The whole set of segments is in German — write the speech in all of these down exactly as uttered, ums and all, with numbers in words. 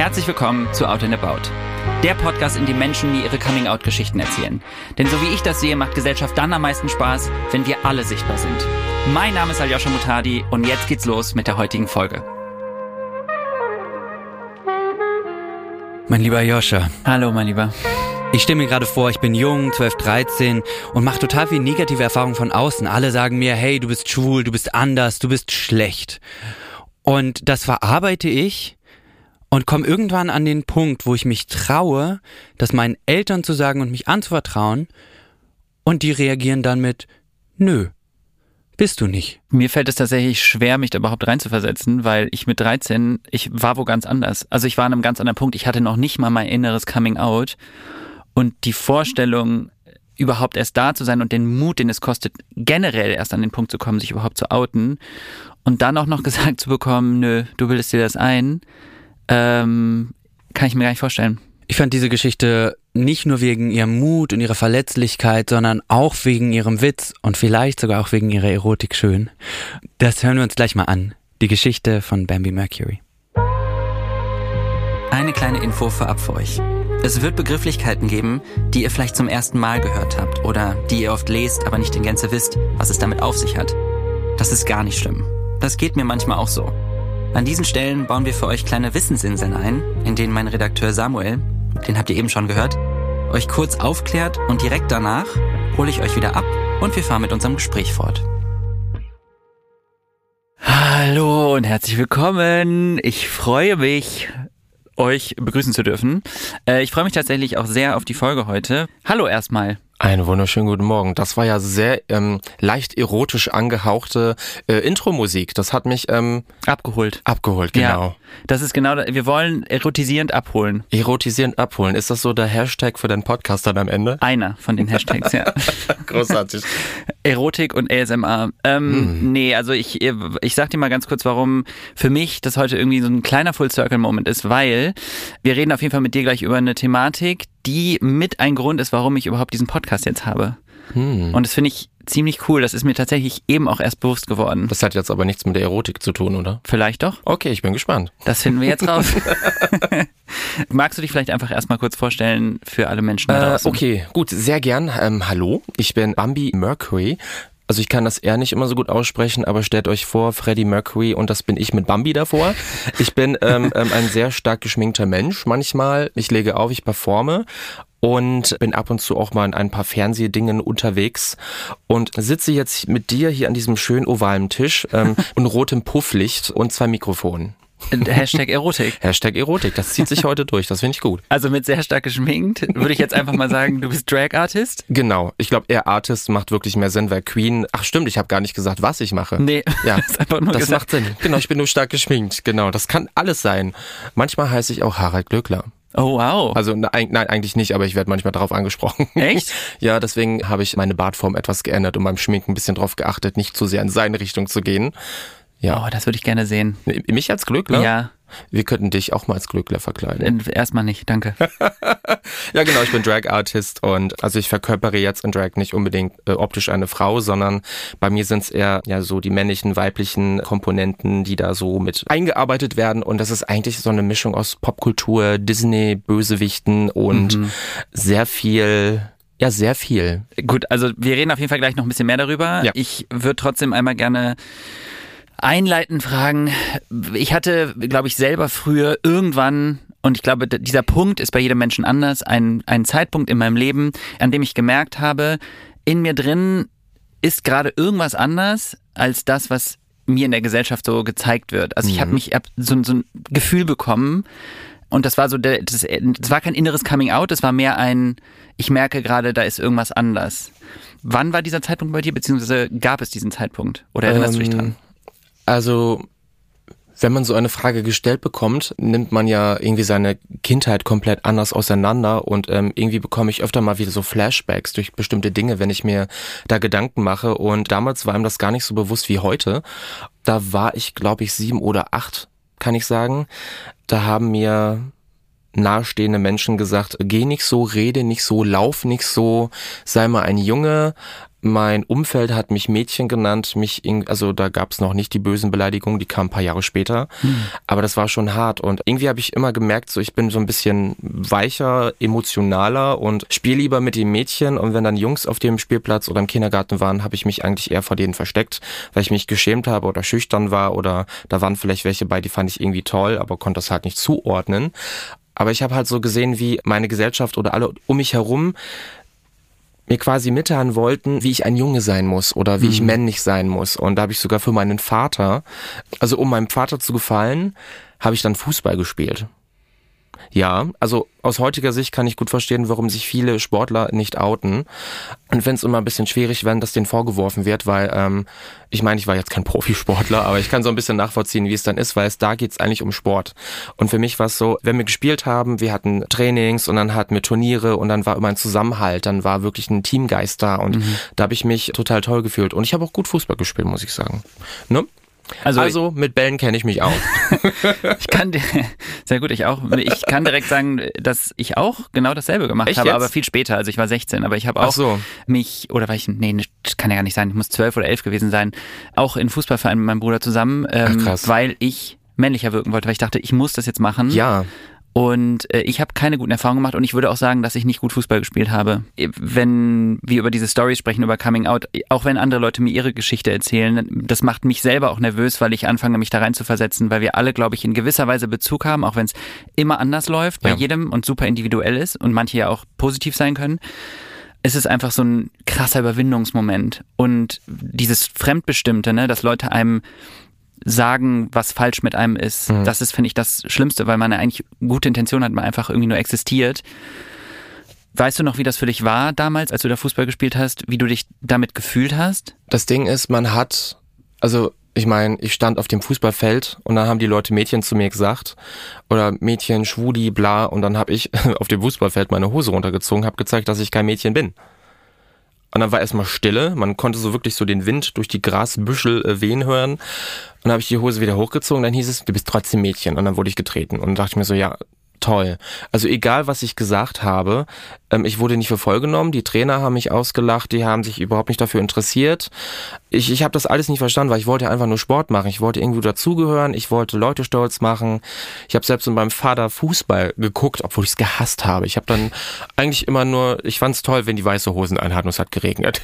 Herzlich willkommen zu Out and About. Der Podcast, in dem Menschen mir ihre Coming-out-Geschichten erzählen. Denn so wie ich das sehe, macht Gesellschaft dann am meisten Spaß, wenn wir alle sichtbar sind. Mein Name ist Aljoscha Mutadi und jetzt geht's los mit der heutigen Folge. Mein lieber Aljoscha. Hallo, mein Lieber. Ich stelle mir gerade vor, ich bin jung, zwölf, dreizehn und mache total viel negative Erfahrungen von außen. Alle sagen mir, hey, du bist schwul, du bist anders, du bist schlecht. Und das verarbeite ich und komme irgendwann an den Punkt, wo ich mich traue, das meinen Eltern zu sagen und mich anzuvertrauen. Und die reagieren dann mit, nö, bist du nicht. Mir fällt es tatsächlich schwer, mich da überhaupt reinzuversetzen, weil ich mit dreizehn, ich war wo ganz anders. Also ich war an einem ganz anderen Punkt. Ich hatte noch nicht mal mein inneres Coming Out. Und die Vorstellung, überhaupt erst da zu sein und den Mut, den es kostet, generell erst an den Punkt zu kommen, sich überhaupt zu outen und dann auch noch gesagt zu bekommen, nö, du bildest dir das ein, ähm, kann ich mir gar nicht vorstellen. Ich fand diese Geschichte nicht nur wegen ihrem Mut und ihrer Verletzlichkeit, sondern auch wegen ihrem Witz und vielleicht sogar auch wegen ihrer Erotik schön. Das hören wir uns gleich mal an. Die Geschichte von Bambi Mercury. Eine kleine Info vorab für euch. Es wird Begrifflichkeiten geben, die ihr vielleicht zum ersten Mal gehört habt oder die ihr oft lest, aber nicht in Gänze wisst, was es damit auf sich hat. Das ist gar nicht schlimm. Das geht mir manchmal auch so. An diesen Stellen bauen wir für euch kleine Wissensinseln ein, in denen mein Redakteur Samuel, den habt ihr eben schon gehört, euch kurz aufklärt und direkt danach hole ich euch wieder ab und wir fahren mit unserem Gespräch fort. Hallo und herzlich willkommen. Ich freue mich, euch begrüßen zu dürfen. Äh, ich freue mich tatsächlich auch sehr auf die Folge heute. Hallo erstmal. Einen wunderschönen guten Morgen. Das war ja sehr ähm, leicht erotisch angehauchte äh, Intro-Musik. Das hat mich ähm, abgeholt. Abgeholt, genau. Ja, das ist genau, wir wollen erotisierend abholen. Erotisierend abholen. Ist das so der Hashtag für deinen Podcast dann am Ende? Einer von den Hashtags, ja. Großartig. Erotik und A S M R. Ähm, hm. Nee, also ich, ich sag dir mal ganz kurz, warum für mich das heute irgendwie so ein kleiner Full-Circle-Moment ist, weil wir reden auf jeden Fall mit dir gleich über eine Thematik, die mit ein Grund ist, warum ich überhaupt diesen Podcast jetzt habe. Hm. Und das finde ich ziemlich cool. Das ist mir tatsächlich eben auch erst bewusst geworden. Das hat jetzt aber nichts mit der Erotik zu tun, oder? Vielleicht doch. Okay, ich bin gespannt. Das finden wir jetzt raus. Magst du dich vielleicht einfach erstmal kurz vorstellen für alle Menschen da draußen? Äh, okay, gut, sehr gern. Ähm, hallo, ich bin Bambi Mercury. Also ich kann das eher nicht immer so gut aussprechen, aber stellt euch vor, Freddie Mercury und das bin ich mit Bambi davor. Ich bin ähm, ähm, ein sehr stark geschminkter Mensch manchmal. Ich lege auf, ich performe und bin ab und zu auch mal in ein paar Fernsehdingen unterwegs und sitze jetzt mit dir hier an diesem schönen ovalen Tisch ähm, und rotem Pufflicht und zwei Mikrofonen. Hashtag Erotik. Hashtag Erotik, das zieht sich heute durch, das finde ich gut. Also mit sehr stark geschminkt, würde ich jetzt einfach mal sagen, du bist Drag-Artist? Genau, ich glaube eher Artist macht wirklich mehr Sinn, weil Queen, ach stimmt, ich habe gar nicht gesagt, was ich mache. Nee, ja, das, ist einfach nur das gesagt. macht Sinn. Genau, ich bin nur stark geschminkt, genau, das kann alles sein. Manchmal heiße ich auch Harald Glöckler. Oh, wow. Also nein, nein, eigentlich nicht, aber ich werde manchmal darauf angesprochen. Echt? Ja, deswegen habe ich meine Bartform etwas geändert und beim Schminken ein bisschen drauf geachtet, nicht zu sehr in seine Richtung zu gehen. Ja. Oh, das würde ich gerne sehen. Mich als Glöckler? Ja. Wir könnten dich auch mal als Glöckler verkleiden. Erstmal nicht, danke. Ja genau, ich bin Drag-Artist und also ich verkörpere jetzt in Drag nicht unbedingt äh, optisch eine Frau, sondern bei mir sind es eher ja so die männlichen, weiblichen Komponenten, die da so mit eingearbeitet werden und das ist eigentlich so eine Mischung aus Popkultur, Disney, Bösewichten und mhm. sehr viel... Ja, sehr viel. Gut, also wir reden auf jeden Fall gleich noch ein bisschen mehr darüber. Ja. Ich würde trotzdem einmal gerne einleitend fragen. Ich hatte, glaube ich, selber früher irgendwann, und ich glaube, dieser Punkt ist bei jedem Menschen anders, ein, ein Zeitpunkt in meinem Leben, an dem ich gemerkt habe, in mir drin ist gerade irgendwas anders als das, was mir in der Gesellschaft so gezeigt wird. Also ich habe mich hab so, so ein Gefühl bekommen, und das war so, der, das, das war kein inneres Coming Out, das war mehr ein, ich merke gerade, da ist irgendwas anders. Wann war dieser Zeitpunkt bei dir, beziehungsweise gab es diesen Zeitpunkt? Oder erinnerst ähm, du dich dran? Also, wenn man so eine Frage gestellt bekommt, nimmt man ja irgendwie seine Kindheit komplett anders auseinander und ähm, irgendwie bekomme ich öfter mal wieder so Flashbacks durch bestimmte Dinge, wenn ich mir da Gedanken mache und damals war ihm das gar nicht so bewusst wie heute. Da war ich, glaube ich, sieben oder acht, kann ich sagen. Da haben mir nahestehende Menschen gesagt, geh nicht so, rede nicht so, lauf nicht so, sei mal ein Junge. Mein Umfeld hat mich Mädchen genannt, mich in, also da gab es noch nicht die bösen Beleidigungen, die kamen ein paar Jahre später, hm. aber das war schon hart und irgendwie habe ich immer gemerkt, so ich bin so ein bisschen weicher, emotionaler und spiele lieber mit den Mädchen und wenn dann Jungs auf dem Spielplatz oder im Kindergarten waren, habe ich mich eigentlich eher vor denen versteckt, weil ich mich geschämt habe oder schüchtern war oder da waren vielleicht welche bei, die fand ich irgendwie toll, aber konnte das halt nicht zuordnen. Aber ich habe halt so gesehen, wie meine Gesellschaft oder alle um mich herum mir quasi mitteilen wollten, wie ich ein Junge sein muss oder wie mhm. ich männlich sein muss. Und da habe ich sogar für meinen Vater, also um meinem Vater zu gefallen, habe ich dann Fußball gespielt. Ja, also aus heutiger Sicht kann ich gut verstehen, warum sich viele Sportler nicht outen. Und wenn es immer ein bisschen schwierig, wenn das denen vorgeworfen wird, weil ähm, ich meine, ich war jetzt kein Profisportler, aber ich kann so ein bisschen nachvollziehen, wie es dann ist, weil es da geht es eigentlich um Sport. Und für mich war es so, wenn wir gespielt haben, wir hatten Trainings und dann hatten wir Turniere und dann war immer ein Zusammenhalt, dann war wirklich ein Teamgeist da und mhm. da habe ich mich total toll gefühlt. Und ich habe auch gut Fußball gespielt, muss ich sagen. Ne? Also, also mit Bällen kenne ich mich auch. Ich kann, sehr gut, ich auch. Ich kann direkt sagen, dass ich auch genau dasselbe gemacht Echt habe, jetzt? aber viel später. Also ich war sechzehn, aber ich habe auch so. mich, oder war ich, nee, das kann ja gar nicht sein, ich muss zwölf oder elf gewesen sein, auch in Fußballverein mit meinem Bruder zusammen, ähm, Ach, krass. weil ich männlicher wirken wollte, weil ich dachte, ich muss das jetzt machen. Ja. Und äh, ich habe keine guten Erfahrungen gemacht und ich würde auch sagen, dass ich nicht gut Fußball gespielt habe. Wenn wir über diese Storys sprechen, über Coming Out, auch wenn andere Leute mir ihre Geschichte erzählen, das macht mich selber auch nervös, weil ich anfange, mich da rein zu versetzen, weil wir alle, glaube ich, in gewisser Weise Bezug haben, auch wenn es immer anders läuft bei ja. jedem und super individuell ist und manche ja auch positiv sein können. Es ist einfach so ein krasser Überwindungsmoment und dieses Fremdbestimmte, ne, dass Leute einem sagen, was falsch mit einem ist. Mhm. Das ist, finde ich, das Schlimmste, weil man eigentlich gute Intention hat, man einfach irgendwie nur existiert. Weißt du noch, wie das für dich war damals, als du da Fußball gespielt hast, wie du dich damit gefühlt hast? Das Ding ist, man hat, also ich meine, ich stand auf dem Fußballfeld und dann haben die Leute Mädchen zu mir gesagt oder Mädchen, Schwuli, bla und dann habe ich auf dem Fußballfeld meine Hose runtergezogen, habe gezeigt, dass ich kein Mädchen bin. Und dann war erstmal Stille, man konnte so wirklich so den Wind durch die Grasbüschel äh, wehen hören. Und dann habe ich die Hose wieder hochgezogen, dann hieß es, du bist trotzdem Mädchen. Und dann wurde ich getreten. Und dann dachte ich mir so, ja, toll. Also egal, was ich gesagt habe, ähm, ich wurde nicht für voll genommen. Die Trainer haben mich ausgelacht, die haben sich überhaupt nicht dafür interessiert. Ich, ich habe das alles nicht verstanden, weil ich wollte einfach nur Sport machen. Ich wollte irgendwie dazugehören, ich wollte Leute stolz machen. Ich habe selbst mit meinem Vater Fußball geguckt, obwohl ich es gehasst habe. Ich habe dann eigentlich immer nur, ich fand es toll, wenn die weiße Hosen anhatten und es hat geregnet.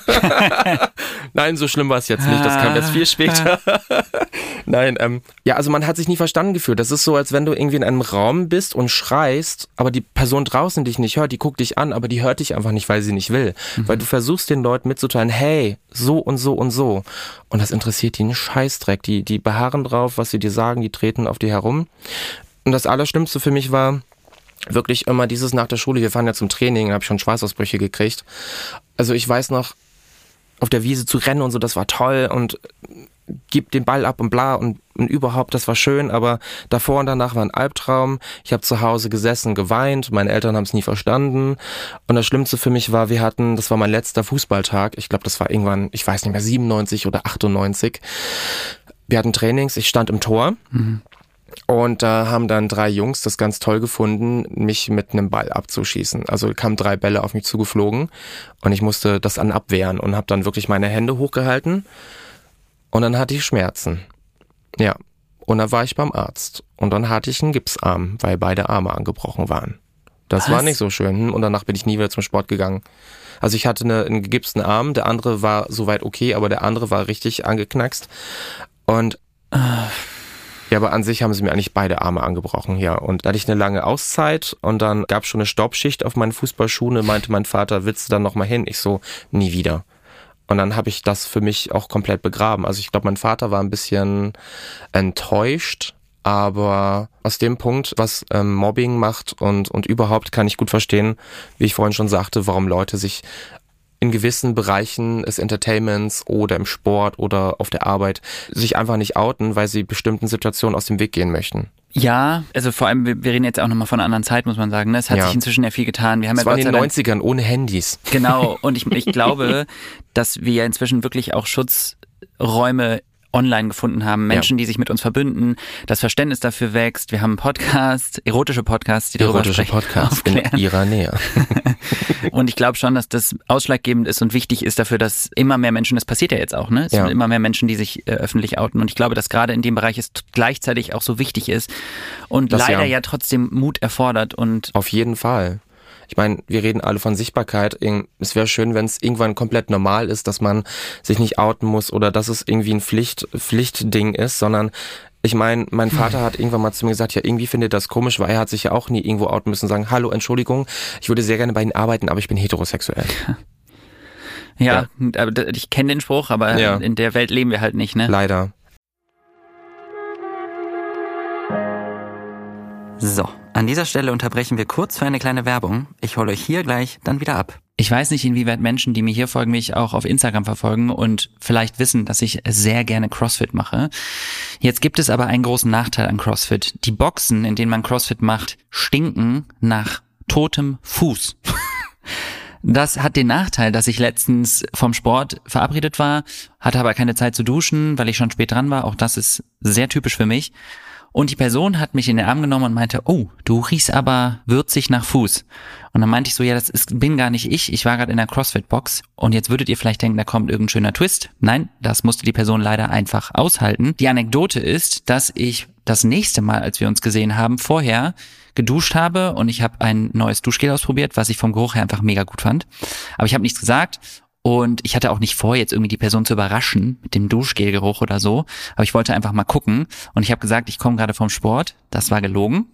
Nein, so schlimm war es jetzt nicht, das kam jetzt viel später. Nein, ähm, ja, also man hat sich nie verstanden gefühlt. Das ist so, als wenn du irgendwie in einem Raum bist und schreist, aber die Person draußen dich nicht hört, die guckt dich an, aber die hört dich einfach nicht, weil sie nicht will. Mhm. Weil du versuchst den Leuten mitzuteilen, hey, so und so und so. Und das interessiert die einen Scheißdreck. Die, die beharren drauf, was sie dir sagen, die treten auf dir herum. Und das Allerschlimmste für mich war wirklich immer dieses nach der Schule, wir fahren ja zum Training, da habe ich schon Schweißausbrüche gekriegt. Also ich weiß noch, auf der Wiese zu rennen und so, das war toll und gib den Ball ab und bla und, und überhaupt, das war schön, aber davor und danach war ein Albtraum. Ich habe zu Hause gesessen, geweint, meine Eltern haben es nie verstanden und das Schlimmste für mich war, wir hatten, das war mein letzter Fußballtag, ich glaube, das war irgendwann, ich weiß nicht mehr, siebenundneunzig oder achtundneunzig. Wir hatten Trainings, ich stand im Tor mhm. und da haben dann drei Jungs das ganz toll gefunden, mich mit einem Ball abzuschießen. Also kamen drei Bälle auf mich zugeflogen und ich musste das dann abwehren und habe dann wirklich meine Hände hochgehalten. Und dann hatte ich Schmerzen. Ja. Und dann war ich beim Arzt. Und dann hatte ich einen Gipsarm, weil beide Arme angebrochen waren. Das Was? war nicht so schön. Und danach bin ich nie wieder zum Sport gegangen. Also ich hatte eine, einen gegipsten Arm, der andere war soweit okay, aber der andere war richtig angeknackst. Und ja, aber an sich haben sie mir eigentlich beide Arme angebrochen, ja. Und da hatte ich eine lange Auszeit und dann gab es schon eine Staubschicht auf meinen Fußballschuhen und meinte mein Vater, willst du dann nochmal hin? Ich so, nie wieder. Und dann habe ich das für mich auch komplett begraben. Also ich glaube, mein Vater war ein bisschen enttäuscht, aber aus dem Punkt, was ähm, Mobbing macht und, und überhaupt kann ich gut verstehen, wie ich vorhin schon sagte, warum Leute sich in gewissen Bereichen des Entertainments oder im Sport oder auf der Arbeit sich einfach nicht outen, weil sie bestimmten Situationen aus dem Weg gehen möchten. Ja, also vor allem, wir, wir reden jetzt auch nochmal von einer anderen Zeit, muss man sagen. Ne? Es hat ja. sich inzwischen ja viel getan. Wir haben das ja war in den neunzigern ohne Handys. Genau, und ich, ich glaube, dass wir ja inzwischen wirklich auch Schutzräume online gefunden haben. Menschen, ja. die sich mit uns verbünden. Das Verständnis dafür wächst. Wir haben einen Podcast, erotische Podcasts, die darüber erotische sprechen. Podcasts in ihrer Nähe. Und ich glaube schon, dass das ausschlaggebend ist und wichtig ist dafür, dass immer mehr Menschen, das passiert ja jetzt auch, ne? Es ja. sind immer mehr Menschen, die sich äh, öffentlich outen. Und ich glaube, dass gerade in dem Bereich es gleichzeitig auch so wichtig ist und das leider ja. ja trotzdem Mut erfordert. Und auf jeden Fall. Ich meine, wir reden alle von Sichtbarkeit. Es wäre schön, wenn es irgendwann komplett normal ist, dass man sich nicht outen muss oder dass es irgendwie ein Pflicht, Pflichtding ist, sondern ich meine, mein Vater hat irgendwann mal zu mir gesagt, ja, irgendwie findet das komisch, weil er hat sich ja auch nie irgendwo outen müssen und sagen, hallo, Entschuldigung, ich würde sehr gerne bei Ihnen arbeiten, aber ich bin heterosexuell. Ja, ja. Ich kenne den Spruch, aber ja. in der Welt leben wir halt nicht, ne? Leider. So, an dieser Stelle unterbrechen wir kurz für eine kleine Werbung. Ich hole euch hier gleich dann wieder ab. Ich weiß nicht, inwieweit Menschen, die mir hier folgen, mich auch auf Instagram verfolgen und vielleicht wissen, dass ich sehr gerne CrossFit mache. Jetzt gibt es aber einen großen Nachteil an CrossFit. Die Boxen, in denen man CrossFit macht, stinken nach totem Fuß. Das hat den Nachteil, dass ich letztens vom Sport verabredet war, hatte aber keine Zeit zu duschen, weil ich schon spät dran war. Auch das ist sehr typisch für mich. Und die Person hat mich in den Arm genommen und meinte, oh, du riechst aber würzig nach Fuß. Und dann meinte ich so, ja, das ist, bin gar nicht ich. Ich war gerade in der CrossFit-Box. Und jetzt würdet ihr vielleicht denken, da kommt irgendein schöner Twist. Nein, das musste die Person leider einfach aushalten. Die Anekdote ist, dass ich das nächste Mal, als wir uns gesehen haben, vorher geduscht habe und ich habe ein neues Duschgel ausprobiert, was ich vom Geruch her einfach mega gut fand. Aber ich habe nichts gesagt. Und ich hatte auch nicht vor, jetzt irgendwie die Person zu überraschen mit dem Duschgelgeruch oder so. Aber ich wollte einfach mal gucken. Und ich habe gesagt, ich komme gerade vom Sport. Das war gelogen.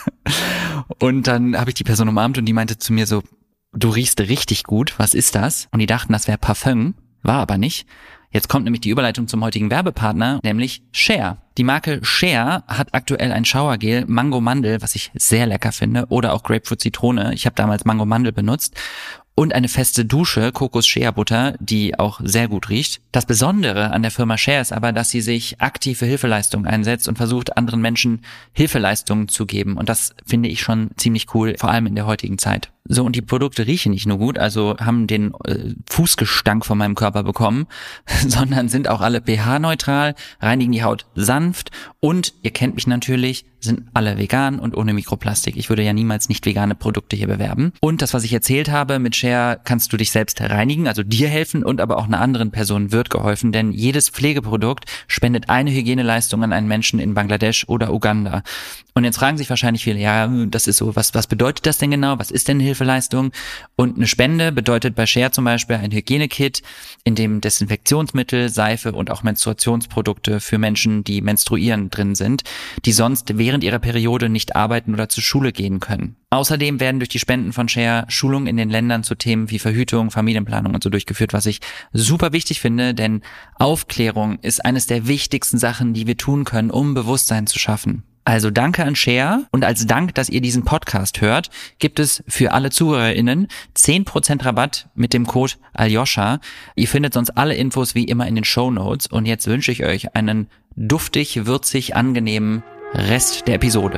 Und dann habe ich die Person umarmt und die meinte zu mir so, du riechst richtig gut. Was ist das? Und die dachten, das wäre Parfum. War aber nicht. Jetzt kommt nämlich die Überleitung zum heutigen Werbepartner, nämlich Share. Die Marke Share hat aktuell ein Showergel Mango Mandel, was ich sehr lecker finde, oder auch Grapefruit Zitrone. Ich habe damals Mango Mandel benutzt. Und eine feste Dusche, Kokos Shea Butter, die auch sehr gut riecht. Das Besondere an der Firma Share ist aber, dass sie sich aktiv für Hilfeleistungen einsetzt und versucht, anderen Menschen Hilfeleistungen zu geben. Und das finde ich schon ziemlich cool, vor allem in der heutigen Zeit. So, und die Produkte riechen nicht nur gut, also haben den äh, Fußgestank von meinem Körper bekommen, sondern sind auch alle pH-neutral, reinigen die Haut sanft und, ihr kennt mich natürlich, sind alle vegan und ohne Mikroplastik. Ich würde ja niemals nicht vegane Produkte hier bewerben. Und das, was ich erzählt habe, mit Share kannst du dich selbst reinigen, also dir helfen und aber auch einer anderen Person wird geholfen, denn jedes Pflegeprodukt spendet eine Hygieneleistung an einen Menschen in Bangladesch oder Uganda. Und jetzt fragen sich wahrscheinlich viele, ja, das ist so, was, was bedeutet das denn genau? Was ist denn Hilfeleistung? Und eine Spende bedeutet bei Share zum Beispiel ein Hygienekit, in dem Desinfektionsmittel, Seife und auch Menstruationsprodukte für Menschen, die menstruieren, drin sind, die sonst während ihrer Periode nicht arbeiten oder zur Schule gehen können. Außerdem werden durch die Spenden von Share Schulungen in den Ländern zu Themen wie Verhütung, Familienplanung und so durchgeführt, was ich super wichtig finde, denn Aufklärung ist eines der wichtigsten Sachen, die wir tun können, um Bewusstsein zu schaffen. Also danke an Share und als Dank, dass ihr diesen Podcast hört, gibt es für alle ZuhörerInnen zehn Prozent Rabatt mit dem Code Aljoscha. Ihr findet sonst alle Infos wie immer in den Shownotes und jetzt wünsche ich euch einen duftig, würzig, angenehmen Rest der Episode.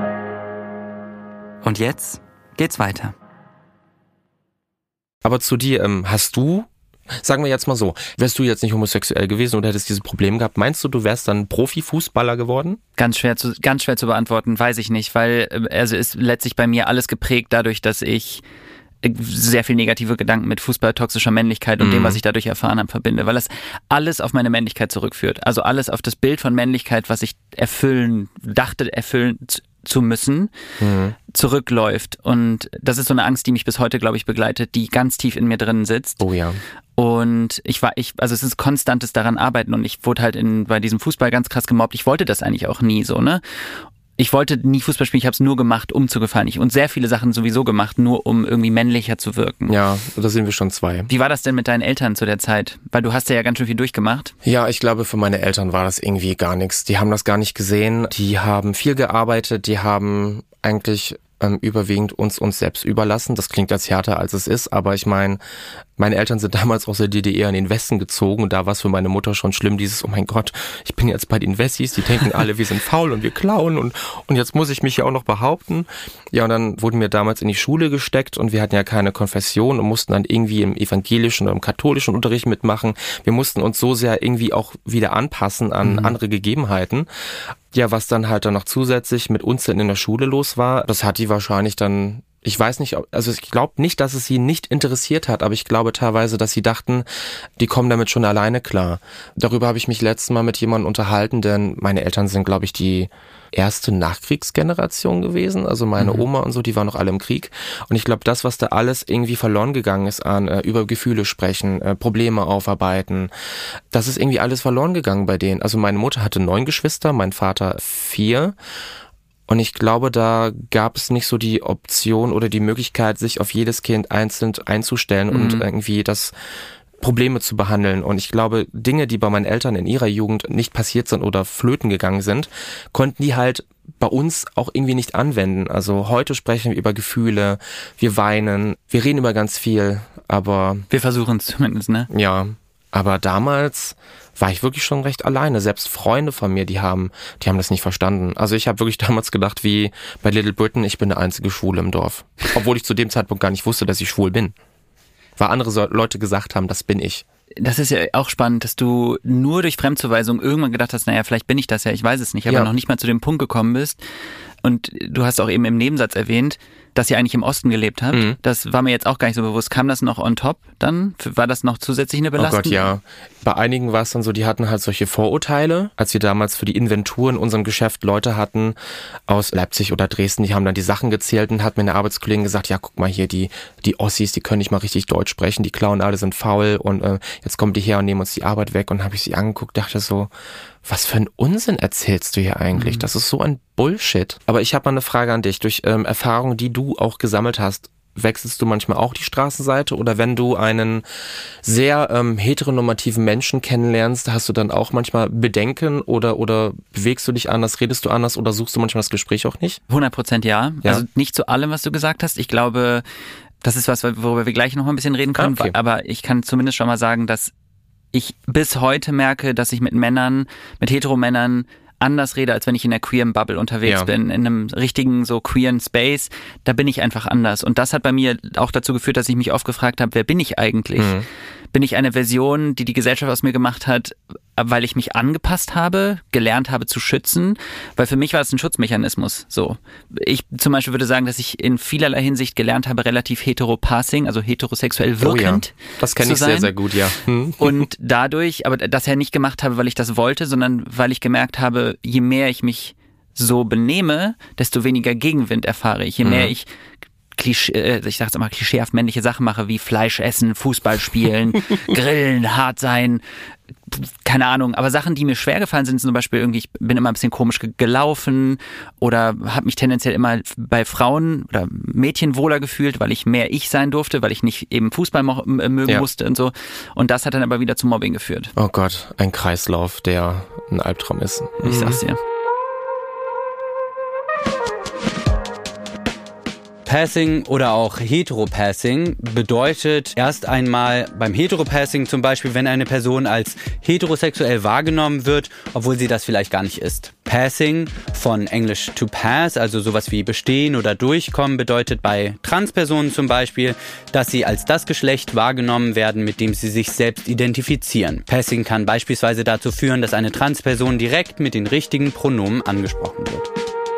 Und jetzt geht's weiter. Aber zu dir, ähm, hast du, sagen wir jetzt mal so, wärst du jetzt nicht homosexuell gewesen oder hättest dieses Problem gehabt, meinst du, du wärst dann Profifußballer geworden? Ganz schwer zu, ganz schwer zu beantworten, weiß ich nicht, weil also ist letztlich bei mir alles geprägt dadurch, dass ich sehr viel negative Gedanken mit Fußball, toxischer Männlichkeit und mhm. dem, was ich dadurch erfahren habe, verbinde, weil das alles auf meine Männlichkeit zurückführt. Also alles auf das Bild von Männlichkeit, was ich erfüllen, dachte erfüllen zu müssen, mhm. zurückläuft. Und das ist so eine Angst, die mich bis heute, glaube ich, begleitet, die ganz tief in mir drin sitzt. Oh ja. Und ich war, ich, also es ist konstantes daran arbeiten und ich wurde halt in, bei diesem Fußball ganz krass gemobbt. Ich wollte das eigentlich auch nie so, ne? Ich wollte nie Fußball spielen, ich habe es nur gemacht, um zu gefallen. Ich und sehr viele Sachen sowieso gemacht, nur um irgendwie männlicher zu wirken. Ja, da sind wir schon zwei. Wie war das denn mit deinen Eltern zu der Zeit? Weil du hast ja ganz schön viel durchgemacht. Ja, ich glaube, für meine Eltern war das irgendwie gar nichts. Die haben das gar nicht gesehen. Die haben viel gearbeitet, die haben eigentlich ähm, überwiegend uns uns selbst überlassen. Das klingt jetzt härter, als es ist, aber ich meine, meine Eltern sind damals aus der D D R in den Westen gezogen und da war es für meine Mutter schon schlimm, dieses, oh mein Gott, ich bin jetzt bei den Wessis, die denken alle, wir sind faul und wir klauen und, und jetzt muss ich mich ja auch noch behaupten. Ja, und dann wurden wir damals in die Schule gesteckt und wir hatten ja keine Konfession und mussten dann irgendwie im evangelischen oder im katholischen Unterricht mitmachen. Wir mussten uns so sehr irgendwie auch wieder anpassen an mhm. andere Gegebenheiten. Ja, was dann halt dann noch zusätzlich mit uns dann in der Schule los war, das hat die wahrscheinlich dann, ich weiß nicht, also ich glaube nicht, dass es sie nicht interessiert hat, aber ich glaube teilweise, dass sie dachten, die kommen damit schon alleine klar. Darüber habe ich mich letztes Mal mit jemandem unterhalten, denn meine Eltern sind, glaube ich, die erste Nachkriegsgeneration gewesen, also meine mhm. Oma und so, die waren noch alle im Krieg und ich glaube, das, was da alles irgendwie verloren gegangen ist an äh, über Gefühle sprechen, äh, Probleme aufarbeiten, das ist irgendwie alles verloren gegangen bei denen. Also meine Mutter hatte neun Geschwister, mein Vater vier. Und ich glaube, da gab es nicht so die Option oder die Möglichkeit, sich auf jedes Kind einzeln einzustellen mhm. und irgendwie das Probleme zu behandeln. Und ich glaube, Dinge, die bei meinen Eltern in ihrer Jugend nicht passiert sind oder flöten gegangen sind, konnten die halt bei uns auch irgendwie nicht anwenden. Also heute sprechen wir über Gefühle, wir weinen, wir reden über ganz viel, aber... Wir versuchen es zumindest, ne? Ja, aber damals war ich wirklich schon recht alleine. Selbst Freunde von mir, die haben, die haben das nicht verstanden. Also ich habe wirklich damals gedacht, wie bei Little Britain, ich bin der einzige Schwule im Dorf. Obwohl ich zu dem Zeitpunkt gar nicht wusste, dass ich schwul bin. Weil andere so Leute gesagt haben, das bin ich. Das ist ja auch spannend, dass du nur durch Fremdzuweisung irgendwann gedacht hast, naja, vielleicht bin ich das ja, ich weiß es nicht, aber ja. noch nicht mal zu dem Punkt gekommen bist. Und du hast auch eben im Nebensatz erwähnt, dass ihr eigentlich im Osten gelebt habt. Mhm. Das war mir jetzt auch gar nicht so bewusst. Kam das noch on top dann? War das noch zusätzlich eine Belastung? Oh Gott, ja. Bei einigen war es dann so, die hatten halt solche Vorurteile. Als wir damals für die Inventur in unserem Geschäft Leute hatten aus Leipzig oder Dresden, die haben dann die Sachen gezählt und hat mir eine Arbeitskollegin gesagt, ja, guck mal hier, die die Ossis, die können nicht mal richtig Deutsch sprechen, die klauen alle, sind faul und äh, jetzt kommen die her und nehmen uns die Arbeit weg. Und habe ich sie angeguckt, dachte so, was für ein Unsinn erzählst du hier eigentlich? Mhm. Das ist so ein Bullshit. Aber ich habe mal eine Frage an dich. Durch ähm, Erfahrungen, die du auch gesammelt hast, wechselst du manchmal auch die Straßenseite? Oder wenn du einen sehr ähm, heteronormativen Menschen kennenlernst, hast du dann auch manchmal Bedenken oder oder bewegst du dich anders, redest du anders oder suchst du manchmal das Gespräch auch nicht? hundert Prozent ja. ja. Also nicht zu allem, was du gesagt hast. Ich glaube, das ist was, worüber wir gleich noch mal ein bisschen reden können. Okay. Aber ich kann zumindest schon mal sagen, dass ich bis heute merke, dass ich mit Männern, mit Heteromännern anders rede, als wenn ich in der queeren Bubble unterwegs ja. bin, in einem richtigen so queeren Space, da bin ich einfach anders. Und das hat bei mir auch dazu geführt, dass ich mich oft gefragt habe, wer bin ich eigentlich? Mhm. Bin ich eine Version, die die Gesellschaft aus mir gemacht hat, weil ich mich angepasst habe, gelernt habe zu schützen? Weil für mich war es ein Schutzmechanismus. So, ich zum Beispiel würde sagen, dass ich in vielerlei Hinsicht gelernt habe, relativ heteropassing, also heterosexuell wirkend. Oh ja. Das kenne ich sehr, sehr gut, ja. Hm. Und dadurch, aber das ja nicht gemacht habe, weil ich das wollte, sondern weil ich gemerkt habe, je mehr ich mich so benehme, desto weniger Gegenwind erfahre ich. Je mehr mhm. ich Klischee, ich sag's immer, klischeehaft männliche Sachen mache, wie Fleisch essen, Fußball spielen, grillen, hart sein, keine Ahnung. Aber Sachen, die mir schwer gefallen sind, zum Beispiel irgendwie, ich bin immer ein bisschen komisch gelaufen oder habe mich tendenziell immer bei Frauen oder Mädchen wohler gefühlt, weil ich mehr ich sein durfte, weil ich nicht eben Fußball mo- mögen ja. musste und so. Und das hat dann aber wieder zu Mobbing geführt. Oh Gott, ein Kreislauf, der ein Albtraum ist. Ich mhm. sag's dir. Passing oder auch Heteropassing bedeutet erst einmal beim Heteropassing zum Beispiel, wenn eine Person als heterosexuell wahrgenommen wird, obwohl sie das vielleicht gar nicht ist. Passing, von Englisch to pass, also sowas wie bestehen oder durchkommen, bedeutet bei Transpersonen zum Beispiel, dass sie als das Geschlecht wahrgenommen werden, mit dem sie sich selbst identifizieren. Passing kann beispielsweise dazu führen, dass eine Transperson direkt mit den richtigen Pronomen angesprochen wird.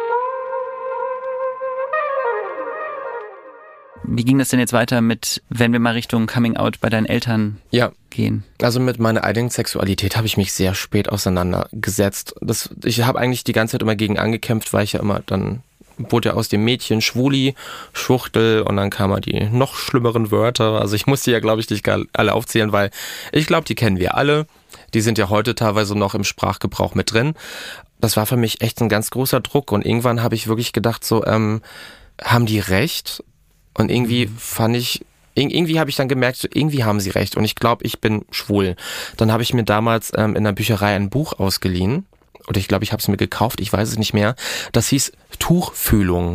Wie ging das denn jetzt weiter mit, wenn wir mal Richtung Coming Out bei deinen Eltern ja. gehen? Also mit meiner eigenen Sexualität habe ich mich sehr spät auseinandergesetzt. Das, ich habe eigentlich die ganze Zeit immer gegen angekämpft, weil ich ja immer dann wurde ja aus dem Mädchen Schwuli, Schwuchtel und dann kamen die noch schlimmeren Wörter. Also ich musste ja, glaube ich, nicht alle aufzählen, weil ich glaube, die kennen wir alle. Die sind ja heute teilweise noch im Sprachgebrauch mit drin. Das war für mich echt ein ganz großer Druck und irgendwann habe ich wirklich gedacht, so, ähm, haben die recht? Und irgendwie fand ich, irgendwie habe ich dann gemerkt, so, irgendwie haben sie recht und ich glaube, ich bin schwul. Dann habe ich mir damals ähm, in der Bücherei ein Buch ausgeliehen oder ich glaube, ich habe es mir gekauft, ich weiß es nicht mehr. Das hieß Tuchfühlung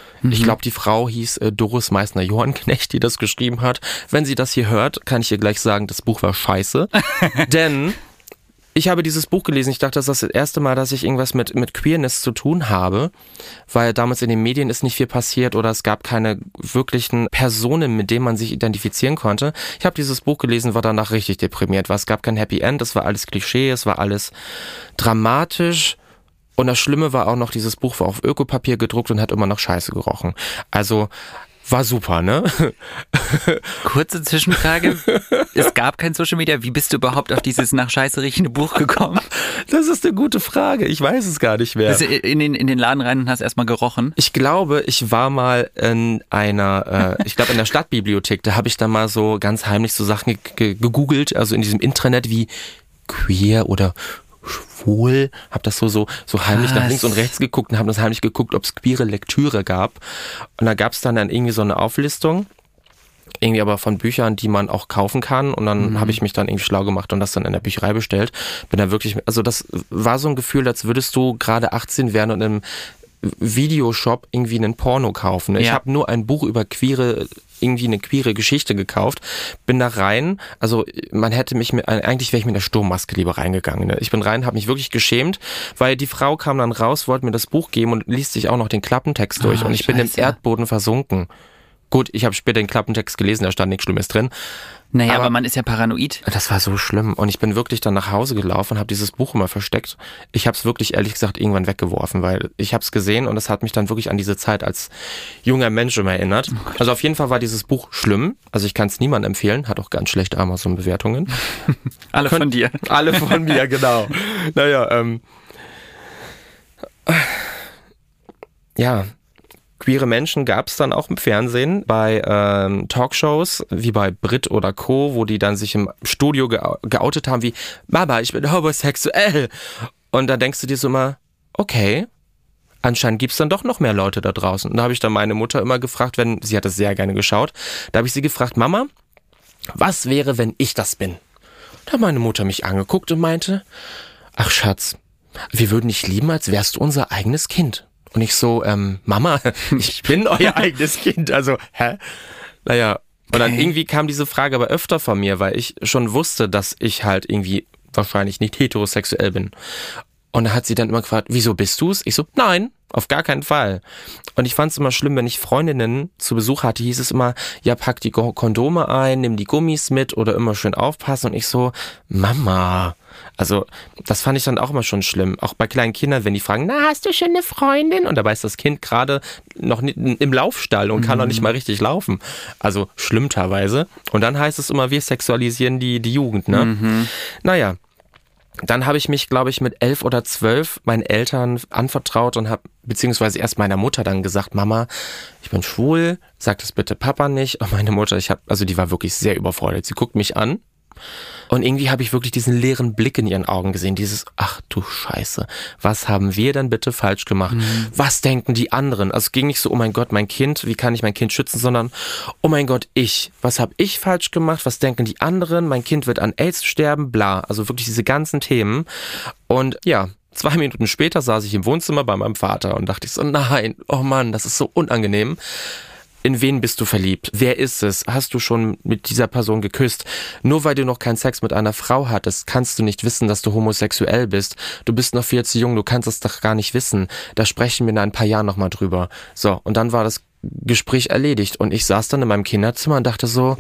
Mhm. Ich glaube, die Frau hieß äh, Doris Meissner-Johnknecht, die das geschrieben hat. Wenn sie das hier hört, kann ich ihr gleich sagen, das Buch war scheiße. Denn ich habe dieses Buch gelesen, ich dachte, das ist das erste Mal, dass ich irgendwas mit, mit Queerness zu tun habe, weil damals in den Medien ist nicht viel passiert oder es gab keine wirklichen Personen, mit denen man sich identifizieren konnte. Ich habe dieses Buch gelesen, war danach richtig deprimiert, weil es gab kein Happy End, es war alles Klischee, es war alles dramatisch und das Schlimme war auch noch, dieses Buch war auf Ökopapier gedruckt und hat immer noch scheiße gerochen. Also war super, ne? Kurze Zwischenfrage. Es gab kein Social Media. Wie bist du überhaupt auf dieses nach Scheiße riechende Buch gekommen? Das ist eine gute Frage. Ich weiß es gar nicht mehr. Bist du in den, in den Laden rein und hast erstmal gerochen? Ich glaube, ich war mal in einer, äh, ich glaube in der Stadtbibliothek. Da habe ich dann mal so ganz heimlich so Sachen ge- gegoogelt, also in diesem Intranet wie queer oder schwul, habe das so so so heimlich Was? nach links und rechts geguckt und habe das heimlich geguckt, ob es queere Lektüre gab. Und da gab es dann, dann irgendwie so eine Auflistung, irgendwie aber von Büchern, die man auch kaufen kann. Und dann mhm. habe ich mich dann irgendwie schlau gemacht und das dann in der Bücherei bestellt. Bin da wirklich, also das war so ein Gefühl, als würdest du gerade achtzehn werden und im Videoshop irgendwie einen Porno kaufen. Ich ja. habe nur ein Buch über queere irgendwie eine queere Geschichte gekauft, bin da rein, also man hätte mich, mit, eigentlich wäre ich mit der Sturmmaske lieber reingegangen. Ich bin rein, habe mich wirklich geschämt, weil die Frau kam dann raus, wollte mir das Buch geben und liest sich auch noch den Klappentext durch oh, und ich Scheiße. bin im Erdboden versunken. Gut, ich habe später den Klappentext gelesen, da stand nichts Schlimmes drin. Naja, aber, aber man ist ja paranoid. Das war so schlimm und ich bin wirklich dann nach Hause gelaufen und habe dieses Buch immer versteckt. Ich habe es wirklich, ehrlich gesagt, irgendwann weggeworfen, weil ich habe es gesehen und es hat mich dann wirklich an diese Zeit als junger Mensch immer erinnert. Oh also auf jeden Fall war dieses Buch schlimm. Also ich kann es niemandem empfehlen, hat auch ganz schlechte Amazon-Bewertungen. Alle von dir. Alle von mir, genau. Naja, ähm... Ja... Queere Menschen gab es dann auch im Fernsehen bei ähm, Talkshows wie bei Brit oder Co., wo die dann sich im Studio ge- geoutet haben wie Mama, ich bin homosexuell. Und da denkst du dir so immer, okay, anscheinend gibt's dann doch noch mehr Leute da draußen. Und da habe ich dann meine Mutter immer gefragt, wenn sie hat es sehr gerne geschaut, da habe ich sie gefragt, Mama, was wäre, wenn ich das bin? Da hat meine Mutter mich angeguckt und meinte, ach Schatz, wir würden dich lieben, als wärst du unser eigenes Kind. Und ich so, ähm, Mama, ich bin euer eigenes Kind. Also, hä? Naja, und dann Okay. irgendwie kam diese Frage aber öfter von mir, weil ich schon wusste, dass ich halt irgendwie wahrscheinlich nicht heterosexuell bin. Und da hat sie dann immer gefragt, wieso bist du's? Ich so, nein, auf gar keinen Fall. Und ich fand's immer schlimm, wenn ich Freundinnen zu Besuch hatte, hieß es immer, ja, pack die Kondome ein, nimm die Gummis mit oder immer schön aufpassen. Und ich so, Mama. Also das fand ich dann auch immer schon schlimm. Auch bei kleinen Kindern, wenn die fragen, na, hast du schon eine Freundin? Und dabei ist das Kind gerade noch nicht im Laufstall und kann mhm. noch nicht mal richtig laufen. Also schlimm teilweise. Und dann heißt es immer, wir sexualisieren die, die Jugend, ne? Mhm. Naja. Dann habe ich mich, glaube ich, mit elf oder zwölf meinen Eltern anvertraut und habe, beziehungsweise erst meiner Mutter dann gesagt, Mama, ich bin schwul, sag das bitte Papa nicht. Und meine Mutter, ich habe, also die war wirklich sehr überfordert. Sie guckt mich an und irgendwie habe ich wirklich diesen leeren Blick in ihren Augen gesehen. Dieses, ach du Scheiße, was haben wir denn bitte falsch gemacht? Mhm. Was denken die anderen? Also es ging nicht so, oh mein Gott, mein Kind, wie kann ich mein Kind schützen, sondern, oh mein Gott, ich, was habe ich falsch gemacht? Was denken die anderen? Mein Kind wird an AIDS sterben, bla. Also wirklich diese ganzen Themen. Und ja, zwei Minuten später saß ich im Wohnzimmer bei meinem Vater und dachte ich so, nein, oh Mann, das ist so unangenehm. In wen bist du verliebt? Wer ist es? Hast du schon mit dieser Person geküsst? Nur weil du noch keinen Sex mit einer Frau hattest, kannst du nicht wissen, dass du homosexuell bist. Du bist noch viel zu jung, du kannst es doch gar nicht wissen. Da sprechen wir in ein paar Jahren nochmal drüber. So, und dann war das Gespräch erledigt und ich saß dann in meinem Kinderzimmer und dachte so,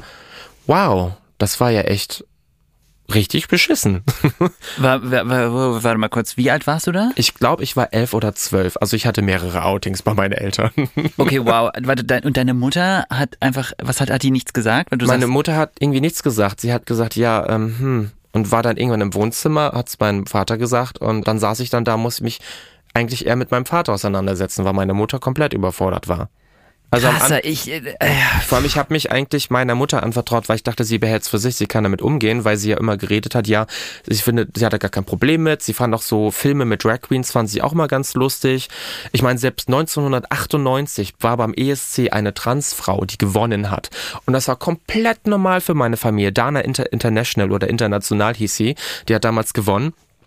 wow, das war ja echt richtig beschissen. War, war, war, warte mal kurz, wie alt warst du da? Ich glaube, ich war elf oder zwölf. Also ich hatte mehrere Outings bei meinen Eltern. Okay, wow. Warte, dein, und deine Mutter hat einfach, was hat, hat die nichts gesagt? Weil du Meine sagst, Mutter hat irgendwie nichts gesagt. Sie hat gesagt, ja, ähm, hm. Und war dann irgendwann im Wohnzimmer, hat es meinem Vater gesagt. Und dann saß ich dann da, musste mich eigentlich eher mit meinem Vater auseinandersetzen, weil meine Mutter komplett überfordert war. Also krasser, am An- ich, äh, Vor allem, ich habe mich eigentlich meiner Mutter anvertraut, weil ich dachte, sie behält es für sich, sie kann damit umgehen, weil sie ja immer geredet hat, ja, ich finde, sie hatte gar kein Problem mit, sie fand auch so Filme mit Drag Queens, fand sie auch mal ganz lustig. Ich meine, selbst neunzehnhundertachtundneunzig war beim E S C eine Transfrau, die gewonnen hat. Und das war komplett normal für meine Familie. Dana Inter- International oder International hieß sie, die hat damals gewonnen.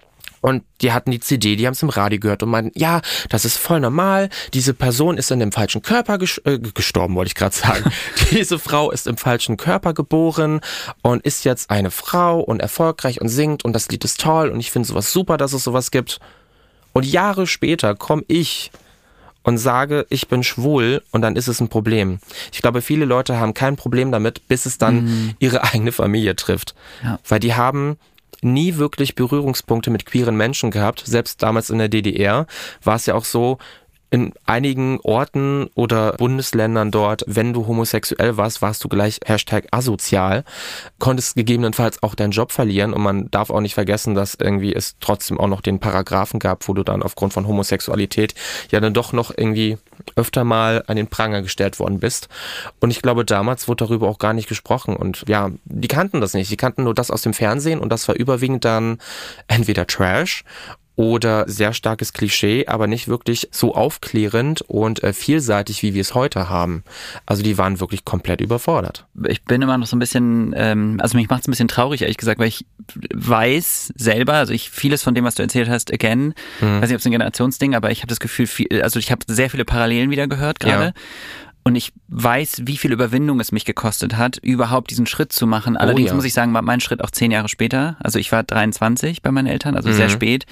Und die hatten die C D, die haben es im Radio gehört und meinten, ja, das ist voll normal, diese Person ist in dem falschen Körper ges- äh, gestorben, wollte ich gerade sagen. Diese Frau ist im falschen Körper geboren und ist jetzt eine Frau und erfolgreich und singt und das Lied ist toll und ich finde sowas super, dass es sowas gibt. Und Jahre später komme ich und sage, ich bin schwul und dann ist es ein Problem. Ich glaube, viele Leute haben kein Problem damit, bis es dann mhm. ihre eigene Familie trifft. Ja. Weil die haben nie wirklich Berührungspunkte mit queeren Menschen gehabt. Selbst damals in der D D R war es ja auch so, in einigen Orten oder Bundesländern dort, wenn du homosexuell warst, warst du gleich Hashtag asozial, konntest gegebenenfalls auch deinen Job verlieren und man darf auch nicht vergessen, dass irgendwie es trotzdem auch noch den Paragraphen gab, wo du dann aufgrund von Homosexualität ja dann doch noch irgendwie öfter mal an den Pranger gestellt worden bist. Und ich glaube, damals wurde darüber auch gar nicht gesprochen und ja, die kannten das nicht. Die kannten nur das aus dem Fernsehen und das war überwiegend dann entweder Trash oder sehr starkes Klischee, aber nicht wirklich so aufklärend und äh, vielseitig, wie wir es heute haben. Also die waren wirklich komplett überfordert. Ich bin immer noch so ein bisschen, ähm, also mich macht es ein bisschen traurig, ehrlich gesagt, weil ich weiß selber, also ich vieles von dem, was du erzählt hast, again, mhm. weiß nicht, ob es ein Generationsding, aber ich habe das Gefühl, viel, also ich habe sehr viele Parallelen wieder gehört gerade. Ja. Und ich weiß, wie viel Überwindung es mich gekostet hat, überhaupt diesen Schritt zu machen. Allerdings oh, ja. muss ich sagen, war mein Schritt auch zehn Jahre später. Also ich war dreiundzwanzig bei meinen Eltern, also mhm. sehr spät.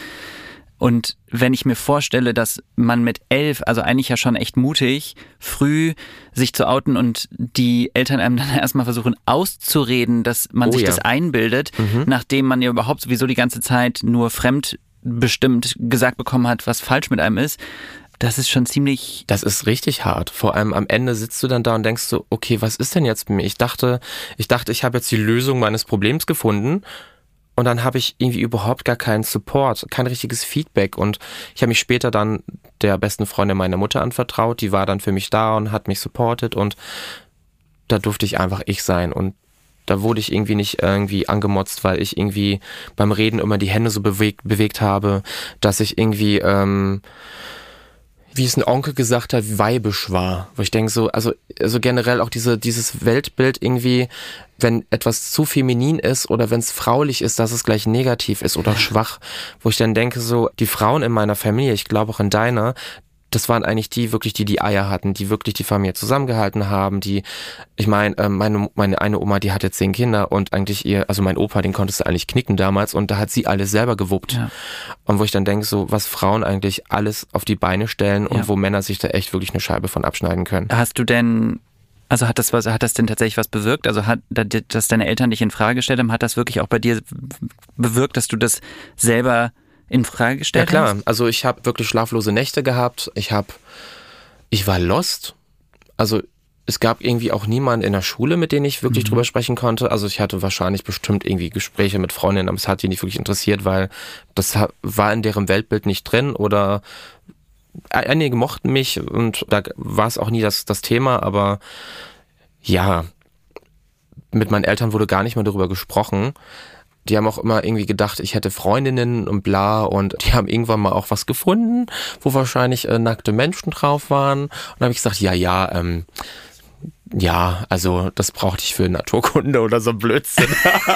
Und wenn ich mir vorstelle, dass man mit elf, also eigentlich ja schon echt mutig, früh sich zu outen und die Eltern einem dann erstmal versuchen auszureden, dass man oh, sich ja. das einbildet, mhm. nachdem man ja überhaupt sowieso die ganze Zeit nur fremdbestimmt gesagt bekommen hat, was falsch mit einem ist. Das ist schon ziemlich... Das ist richtig hart. Vor allem am Ende sitzt du dann da und denkst so, okay, was ist denn jetzt bei mir? Ich dachte, ich dachte, ich habe jetzt die Lösung meines Problems gefunden und dann habe ich irgendwie überhaupt gar keinen Support, kein richtiges Feedback und ich habe mich später dann der besten Freundin meiner Mutter anvertraut, die war dann für mich da und hat mich supportet und da durfte ich einfach ich sein und da wurde ich irgendwie nicht irgendwie angemotzt, weil ich irgendwie beim Reden immer die Hände so bewegt, bewegt habe, dass ich irgendwie... Ähm, wie es ein Onkel gesagt hat, weibisch war. Wo ich denke so, also, also generell auch diese, dieses Weltbild irgendwie, wenn etwas zu feminin ist oder wenn es fraulich ist, dass es gleich negativ ist oder schwach. Wo ich dann denke so, die Frauen in meiner Familie, ich glaube auch in deiner, das waren eigentlich die wirklich, die die Eier hatten, die wirklich die Familie zusammengehalten haben, die, ich meine, meine, meine eine Oma, die hatte zehn Kinder und eigentlich ihr, also mein Opa, den konntest du eigentlich knicken damals und da hat sie alles selber gewuppt. Ja. Und wo ich dann denke, so, was Frauen eigentlich alles auf die Beine stellen und ja. wo Männer sich da echt wirklich eine Scheibe von abschneiden können. Hast du denn, also hat das was, hat das denn tatsächlich was bewirkt? Also hat, dass deine Eltern dich in Frage gestellt haben, hat das wirklich auch bei dir bewirkt, dass du das selber in Frage gestellt hast? Ja klar, hast? Also ich habe wirklich schlaflose Nächte gehabt. Ich habe, ich war lost. Also es gab irgendwie auch niemanden in der Schule, mit dem ich wirklich mhm. drüber sprechen konnte. Also ich hatte wahrscheinlich bestimmt irgendwie Gespräche mit Freundinnen, aber es hat die nicht wirklich interessiert, weil das war in deren Weltbild nicht drin oder einige mochten mich und da war es auch nie das, das Thema, aber ja, mit meinen Eltern wurde gar nicht mehr darüber gesprochen. Die haben auch immer irgendwie gedacht, ich hätte Freundinnen und bla und die haben irgendwann mal auch was gefunden, wo wahrscheinlich äh, nackte Menschen drauf waren. Und dann habe ich gesagt, ja, ja, ähm, ja, also das brauchte ich für Naturkunde oder so Blödsinn.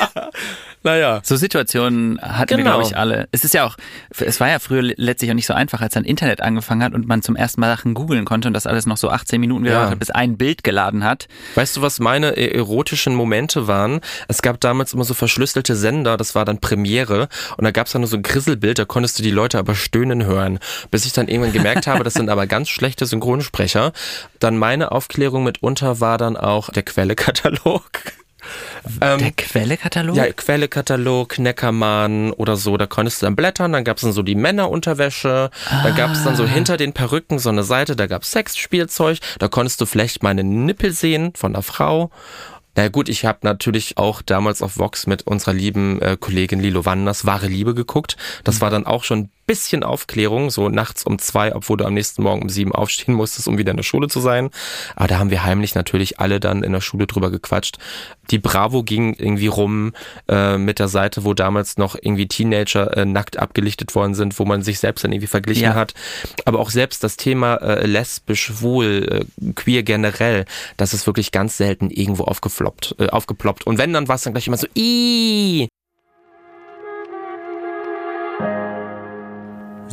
Naja. So Situationen hatten genau. wir, glaube ich, alle. Es ist ja auch, es war ja früher letztlich auch nicht so einfach, als dann Internet angefangen hat und man zum ersten Mal Sachen googeln konnte und das alles noch so achtzehn Minuten gedauert ja. hat, bis ein Bild geladen hat. Weißt du, was meine erotischen Momente waren? Es gab damals immer so verschlüsselte Sender, das war dann Premiere und da gab es dann nur so ein Grisselbild, da konntest du die Leute aber stöhnen hören. Bis ich dann irgendwann gemerkt habe, das sind aber ganz schlechte Synchronsprecher. Dann meine Aufklärung mitunter war dann auch der Quellekatalog. Ähm, der Quellekatalog? Ja, Quellekatalog, Neckermann oder so, da konntest du dann blättern, dann gab es dann so die Männerunterwäsche, ah. dann gab es dann so hinter den Perücken so eine Seite, da gab es Sexspielzeug, da konntest du vielleicht meine Nippel sehen von der Frau. Na gut, ich habe natürlich auch damals auf Vox mit unserer lieben äh, Kollegin Lilo Wanders Wahre Liebe geguckt. Das mhm. war dann auch schon ein bisschen Aufklärung, so nachts um zwei, obwohl du am nächsten Morgen um sieben aufstehen musstest, um wieder in der Schule zu sein. Aber da haben wir heimlich natürlich alle dann in der Schule drüber gequatscht. Die Bravo ging irgendwie rum äh, mit der Seite, wo damals noch irgendwie Teenager äh, nackt abgelichtet worden sind, wo man sich selbst dann irgendwie verglichen ja. hat. Aber auch selbst das Thema äh, lesbisch, schwul, äh, queer generell, das ist wirklich ganz selten irgendwo aufgefloppt, äh, aufgeploppt. Und wenn, dann war es dann gleich immer so, iiii.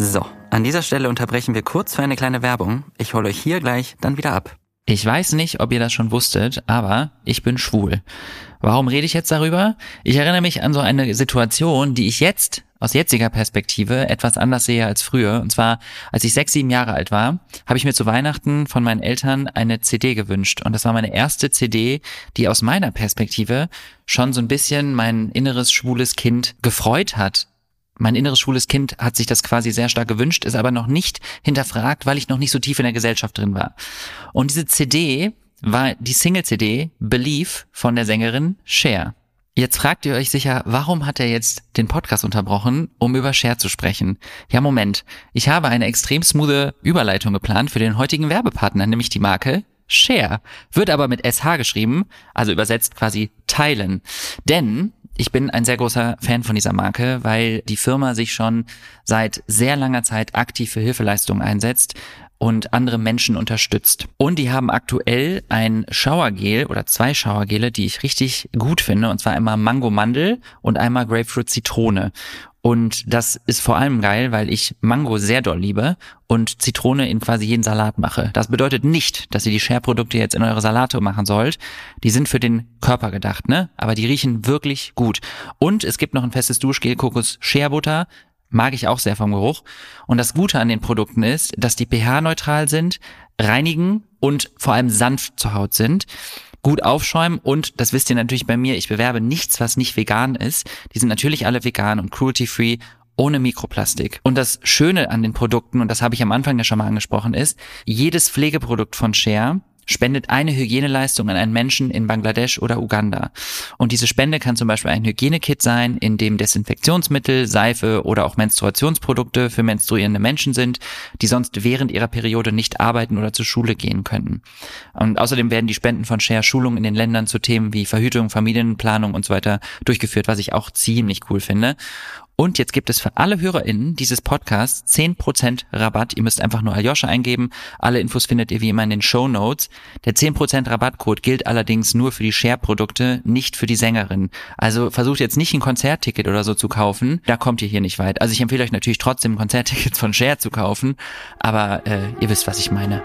So, an dieser Stelle unterbrechen wir kurz für eine kleine Werbung. Ich hole euch hier gleich dann wieder ab. Ich weiß nicht, ob ihr das schon wusstet, aber ich bin schwul. Warum rede ich jetzt darüber? Ich erinnere mich an so eine Situation, die ich jetzt aus jetziger Perspektive etwas anders sehe als früher. Und zwar, als ich sechs, sieben Jahre alt war, habe ich mir zu Weihnachten von meinen Eltern eine C D gewünscht. Und das war meine erste C D, die aus meiner Perspektive schon so ein bisschen mein inneres schwules Kind gefreut hat. Mein inneres schwules Kind hat sich das quasi sehr stark gewünscht, ist aber noch nicht hinterfragt, weil ich noch nicht so tief in der Gesellschaft drin war. Und diese C D war die Single-C D Believe von der Sängerin Cher. Jetzt fragt ihr euch sicher, warum hat er jetzt den Podcast unterbrochen, um über Cher zu sprechen? Ja, Moment. Ich habe eine extrem smoothe Überleitung geplant für den heutigen Werbepartner, nämlich die Marke Cher. Wird aber mit S H geschrieben, also übersetzt quasi teilen. Denn ich bin ein sehr großer Fan von dieser Marke, weil die Firma sich schon seit sehr langer Zeit aktiv für Hilfeleistungen einsetzt und andere Menschen unterstützt. Und die haben aktuell ein Showergel oder zwei Showergele, die ich richtig gut finde, und zwar einmal Mango Mandel und einmal Grapefruit Zitrone. Und das ist vor allem geil, weil ich Mango sehr doll liebe und Zitrone in quasi jeden Salat mache. Das bedeutet nicht, dass ihr die Cher-Produkte jetzt in eure Salate machen sollt. Die sind für den Körper gedacht, ne? Aber die riechen wirklich gut. Und es gibt noch ein festes Duschgel, Kokos Shea Butter. Mag ich auch sehr vom Geruch. Und das Gute an den Produkten ist, dass die pH-neutral sind, reinigen und vor allem sanft zur Haut sind, gut aufschäumen und, das wisst ihr natürlich bei mir, ich bewerbe nichts, was nicht vegan ist. Die sind natürlich alle vegan und cruelty-free, ohne Mikroplastik. Und das Schöne an den Produkten, und das habe ich am Anfang ja schon mal angesprochen, ist, jedes Pflegeprodukt von Cher spendet eine Hygieneleistung an einen Menschen in Bangladesch oder Uganda. Und diese Spende kann zum Beispiel ein Hygienekit sein, in dem Desinfektionsmittel, Seife oder auch Menstruationsprodukte für menstruierende Menschen sind, die sonst während ihrer Periode nicht arbeiten oder zur Schule gehen könnten. Und außerdem werden die Spenden von Cher Schulungen in den Ländern zu Themen wie Verhütung, Familienplanung und so weiter durchgeführt, was ich auch ziemlich cool finde. Und jetzt gibt es für alle HörerInnen dieses Podcasts zehn Prozent Rabatt. Ihr müsst einfach nur Aljoscha eingeben. Alle Infos findet ihr wie immer in den Shownotes. Der zehn Prozent Rabattcode gilt allerdings nur für die Cher-Produkte, nicht für die Sängerin. Also versucht jetzt nicht ein Konzertticket oder so zu kaufen. Da kommt ihr hier nicht weit. Also ich empfehle euch natürlich trotzdem Konzerttickets von Cher zu kaufen. Aber äh, ihr wisst, was ich meine.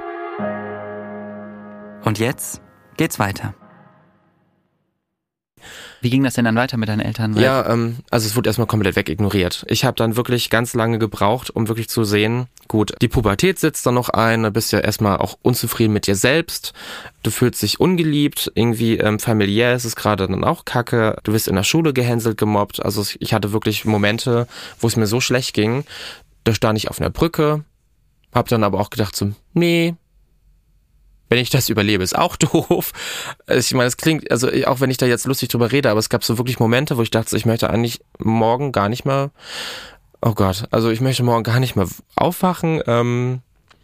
Und jetzt geht's weiter. Wie ging das denn dann weiter mit deinen Eltern? Ja, ähm, also es wurde erstmal komplett wegignoriert. Ich habe dann wirklich ganz lange gebraucht, um wirklich zu sehen, gut, die Pubertät sitzt dann noch ein, du bist ja erstmal auch unzufrieden mit dir selbst, du fühlst dich ungeliebt, irgendwie ähm, familiär ist es gerade dann auch kacke, du wirst in der Schule gehänselt, gemobbt, also ich hatte wirklich Momente, wo es mir so schlecht ging, da stand ich auf einer Brücke, hab dann aber auch gedacht so, nee, wenn ich das überlebe, ist auch doof. Ich meine, es klingt, also auch wenn ich da jetzt lustig drüber rede, aber es gab so wirklich Momente, wo ich dachte, ich möchte eigentlich morgen gar nicht mehr, oh Gott, also ich möchte morgen gar nicht mehr aufwachen. Ähm,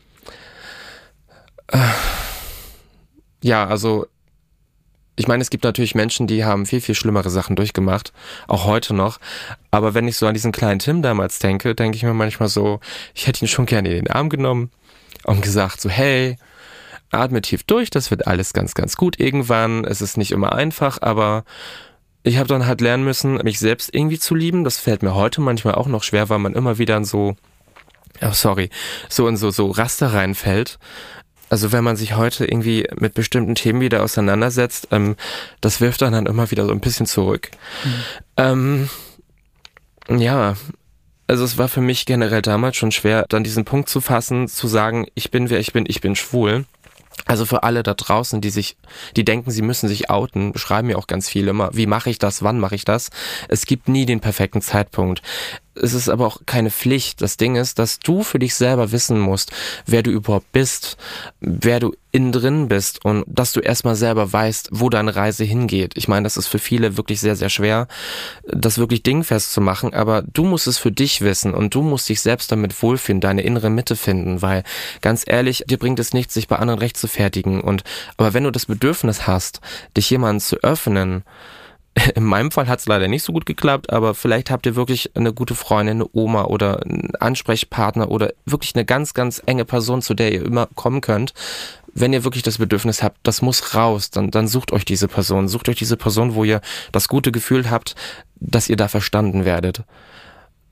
äh, ja, also ich meine, es gibt natürlich Menschen, die haben viel, viel schlimmere Sachen durchgemacht, auch heute noch. Aber wenn ich so an diesen kleinen Tim damals denke, denke ich mir manchmal so, ich hätte ihn schon gerne in den Arm genommen und gesagt so, hey, atme tief durch, das wird alles ganz, ganz gut irgendwann. Es ist nicht immer einfach, aber ich habe dann halt lernen müssen, mich selbst irgendwie zu lieben. Das fällt mir heute manchmal auch noch schwer, weil man immer wieder in so, oh sorry, so in so, so Raster reinfällt. Also wenn man sich heute irgendwie mit bestimmten Themen wieder auseinandersetzt, ähm, das wirft dann dann immer wieder so ein bisschen zurück. Mhm. Ähm, ja, also es war für mich generell damals schon schwer, dann diesen Punkt zu fassen, zu sagen, ich bin wer ich bin, ich bin schwul. Also für alle da draußen, die sich, die denken, sie müssen sich outen, schreiben mir auch ganz viele immer, wie mache ich das, wann mache ich das? Es gibt nie den perfekten Zeitpunkt. Es ist aber auch keine Pflicht. Das Ding ist, dass du für dich selber wissen musst, wer du überhaupt bist, wer du innen drin bist und dass du erstmal selber weißt, wo deine Reise hingeht. Ich meine, das ist für viele wirklich sehr, sehr schwer, das wirklich dingfest zu machen, aber du musst es für dich wissen und du musst dich selbst damit wohlfühlen, deine innere Mitte finden, weil ganz ehrlich, dir bringt es nichts, sich bei anderen recht zu fertigen. Und aber wenn du das Bedürfnis hast, dich jemandem zu öffnen, in meinem Fall hat es leider nicht so gut geklappt, aber vielleicht habt ihr wirklich eine gute Freundin, eine Oma oder einen Ansprechpartner oder wirklich eine ganz, ganz enge Person, zu der ihr immer kommen könnt. Wenn ihr wirklich das Bedürfnis habt, das muss raus, dann, dann sucht euch diese Person. Sucht euch diese Person, wo ihr das gute Gefühl habt, dass ihr da verstanden werdet.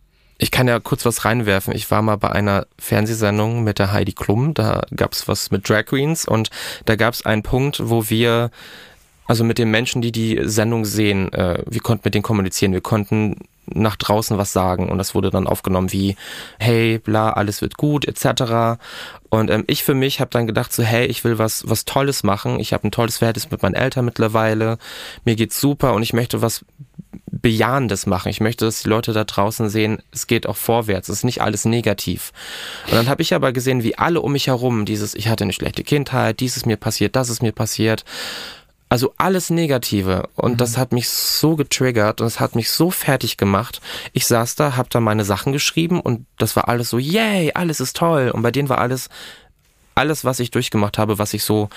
Ich kann ja kurz was reinwerfen. Ich war mal bei einer Fernsehsendung mit der Heidi Klum, da gab's was mit Drag Queens und da gab's einen Punkt, wo wir, also mit den Menschen, die die Sendung sehen, äh, wir konnten mit denen kommunizieren, wir konnten nach draußen was sagen und das wurde dann aufgenommen wie, hey, bla, alles wird gut, et cetera. Und ähm, ich für mich habe dann gedacht so, hey, ich will was was Tolles machen. Ich habe ein tolles Verhältnis mit meinen Eltern mittlerweile. Mir geht's super und ich möchte was Bejahendes machen. Ich möchte, dass die Leute da draußen sehen, es geht auch vorwärts, es ist nicht alles negativ. Und dann habe ich aber gesehen, wie alle um mich herum dieses, ich hatte eine schlechte Kindheit, dies ist mir passiert, das ist mir passiert. Also alles Negative und mhm. das hat mich so getriggert und es hat mich so fertig gemacht. Ich saß da, hab da meine Sachen geschrieben und das war alles so, yay, alles ist toll. Und bei denen war alles, alles, was ich durchgemacht habe, was ich so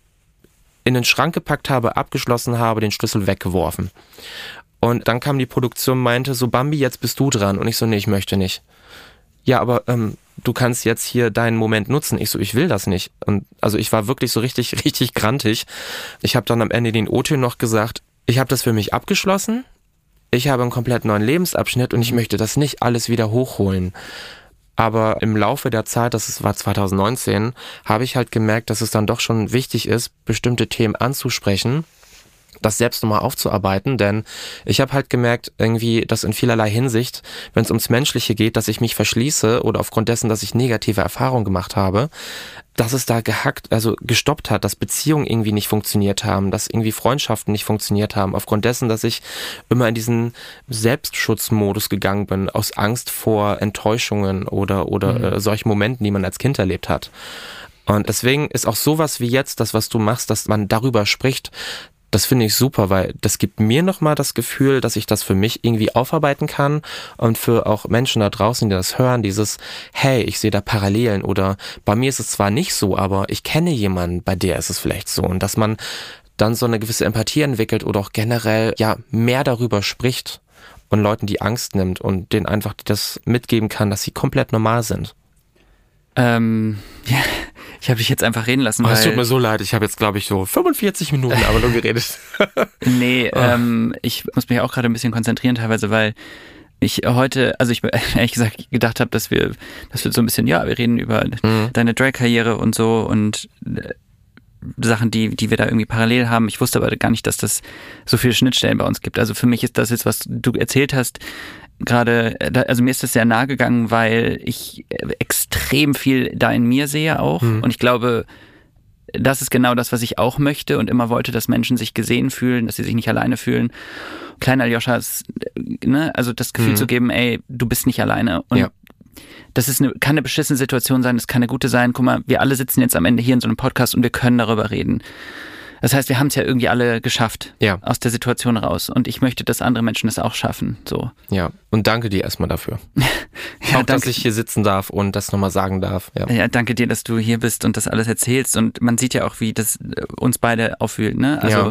in den Schrank gepackt habe, abgeschlossen habe, den Schlüssel weggeworfen. Und dann kam die Produktion, meinte so, Bambi, jetzt bist du dran. Und ich so, nee, ich möchte nicht. Ja, aber ähm, du kannst jetzt hier deinen Moment nutzen. Ich so, ich will das nicht. Und also ich war wirklich so richtig, richtig grantig. Ich habe dann am Ende den O-Ton noch gesagt, ich habe das für mich abgeschlossen. Ich habe einen komplett neuen Lebensabschnitt und ich möchte das nicht alles wieder hochholen. Aber im Laufe der Zeit, das war zwanzig neunzehn, habe ich halt gemerkt, dass es dann doch schon wichtig ist, bestimmte Themen anzusprechen, das selbst nochmal aufzuarbeiten, denn ich habe halt gemerkt, irgendwie, dass in vielerlei Hinsicht, wenn es ums Menschliche geht, dass ich mich verschließe oder aufgrund dessen, dass ich negative Erfahrungen gemacht habe, dass es da gehackt, also gestoppt hat, dass Beziehungen irgendwie nicht funktioniert haben, dass irgendwie Freundschaften nicht funktioniert haben, aufgrund dessen, dass ich immer in diesen Selbstschutzmodus gegangen bin, aus Angst vor Enttäuschungen oder, oder mhm. äh, solchen Momenten, die man als Kind erlebt hat. Und deswegen ist auch sowas wie jetzt, das, was du machst, dass man darüber spricht, das finde ich super, weil das gibt mir nochmal das Gefühl, dass ich das für mich irgendwie aufarbeiten kann und für auch Menschen da draußen, die das hören, dieses, hey, ich sehe da Parallelen oder bei mir ist es zwar nicht so, aber ich kenne jemanden, bei der ist es vielleicht so und dass man dann so eine gewisse Empathie entwickelt oder auch generell ja mehr darüber spricht und Leuten die Angst nimmt und denen einfach das mitgeben kann, dass sie komplett normal sind. Ähm, ja, ich habe dich jetzt einfach reden lassen. Oh, weil es tut mir so leid, ich habe jetzt, glaube ich, so fünfundvierzig Minuten aber nur geredet. Nee, oh. ähm, ich muss mich auch gerade ein bisschen konzentrieren teilweise, weil ich heute, also ich ehrlich gesagt gedacht habe, dass wir, dass wir so ein bisschen, ja, wir reden über mhm. deine Drag-Karriere und so und äh, Sachen, die, die wir da irgendwie parallel haben. Ich wusste aber gar nicht, dass das so viele Schnittstellen bei uns gibt. Also für mich ist das jetzt, was du erzählt hast, gerade, also mir ist das sehr nahe gegangen, weil ich extrem viel da in mir sehe auch. Mhm. Und ich glaube, das ist genau das, was ich auch möchte und immer wollte, dass Menschen sich gesehen fühlen, dass sie sich nicht alleine fühlen. Kleiner Aljoscha ist, ne, also das Gefühl mhm. zu geben, ey, du bist nicht alleine. Und ja. das ist eine, kann eine beschissene Situation sein, das kann eine gute sein. Guck mal, wir alle sitzen jetzt am Ende hier in so einem Podcast und wir können darüber reden. Das heißt, wir haben es ja irgendwie alle geschafft, ja. aus der Situation raus. Und ich möchte, dass andere Menschen das auch schaffen. So. Ja, und danke dir erstmal dafür. ja, auch, danke. Dass ich hier sitzen darf und das nochmal sagen darf. Ja. ja, danke dir, dass du hier bist und das alles erzählst. Und man sieht ja auch, wie das uns beide auffühlt. Ne? Also,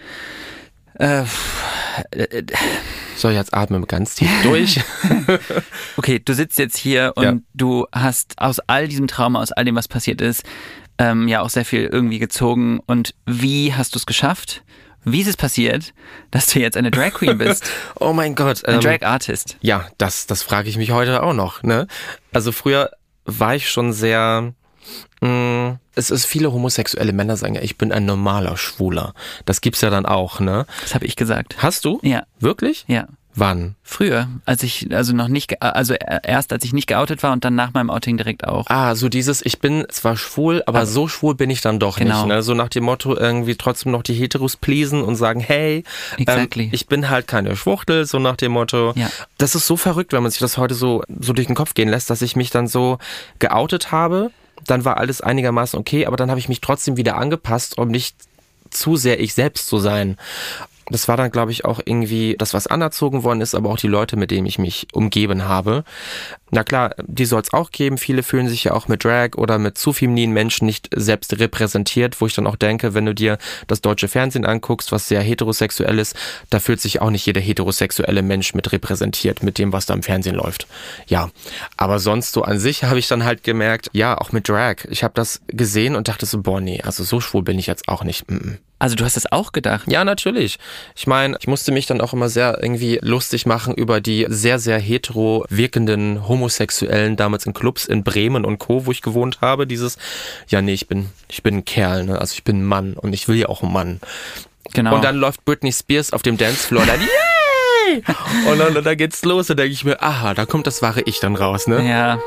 ja. äh, äh, So, jetzt atmen wir ganz tief durch. Okay, du sitzt jetzt hier und ja. du hast aus all diesem Trauma, aus all dem, was passiert ist, ähm, ja auch sehr viel irgendwie gezogen. Und wie hast du es geschafft? Wie ist es passiert, dass du jetzt eine Drag Queen bist? Oh mein Gott. Ein ähm, Drag Artist. Ja, das, das frage ich mich heute auch noch. Ne? Also früher war ich schon sehr... Mh, es ist viele homosexuelle Männer sagen ja, ich bin ein normaler Schwuler. Das gibt's ja dann auch, ne? Das habe ich gesagt. Hast du? Ja. Wirklich? Ja. Wann? Früher, als ich, also noch nicht, also erst als ich nicht geoutet war und dann nach meinem Outing direkt auch. Ah, so dieses, ich bin zwar schwul, aber, aber so schwul bin ich dann doch genau. nicht. Ne? So nach dem Motto irgendwie trotzdem noch die Heteros pleasen und sagen, hey, exactly. ähm, ich bin halt keine Schwuchtel, so nach dem Motto. Ja. Das ist so verrückt, wenn man sich das heute so, so durch den Kopf gehen lässt, dass ich mich dann so geoutet habe. Dann war alles einigermaßen okay, aber dann habe ich mich trotzdem wieder angepasst, um nicht zu sehr ich selbst zu sein. Das war dann, glaube ich, auch irgendwie das, was anerzogen worden ist, aber auch die Leute, mit denen ich mich umgeben habe. Na klar, die soll es auch geben. Viele fühlen sich ja auch mit Drag oder mit zu femininen Menschen nicht selbst repräsentiert, wo ich dann auch denke, wenn du dir das deutsche Fernsehen anguckst, was sehr heterosexuell ist, da fühlt sich auch nicht jeder heterosexuelle Mensch mit repräsentiert, mit dem, was da im Fernsehen läuft. Ja, aber sonst so an sich habe ich dann halt gemerkt, ja, auch mit Drag. Ich habe das gesehen und dachte so, boah, nee, also so schwul bin ich jetzt auch nicht. Mm-mm. Also du hast das auch gedacht? Ja, natürlich. Ich meine, ich musste mich dann auch immer sehr irgendwie lustig machen über die sehr, sehr hetero wirkenden Homosexuellen damals in Clubs in Bremen und Co., wo ich gewohnt habe. Dieses, ja nee, ich bin, ich bin ein Kerl, ne? Also ich bin ein Mann und ich will ja auch ein Mann. Genau. Und dann läuft Britney Spears auf dem Dancefloor dann, yay! Und dann, dann geht's los, da denke ich mir, aha, da kommt das wahre Ich dann raus, ne? Ja.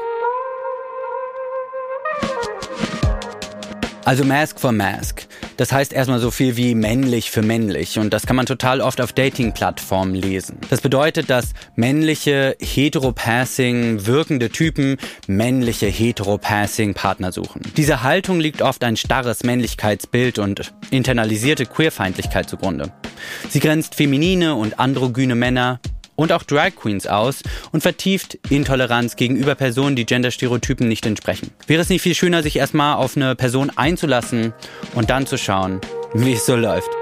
Also Mask for Mask. Das heißt erstmal so viel wie männlich für männlich und das kann man total oft auf Dating-Plattformen lesen. Das bedeutet, dass männliche, heteropassing wirkende Typen männliche, heteropassing Partner suchen. Dieser Haltung liegt oft ein starres Männlichkeitsbild und internalisierte Queerfeindlichkeit zugrunde. Sie grenzt feminine und androgyne Männer und auch Drag Queens aus und vertieft Intoleranz gegenüber Personen, die Genderstereotypen nicht entsprechen. Wäre es nicht viel schöner, sich erstmal auf eine Person einzulassen und dann zu schauen, wie es so läuft?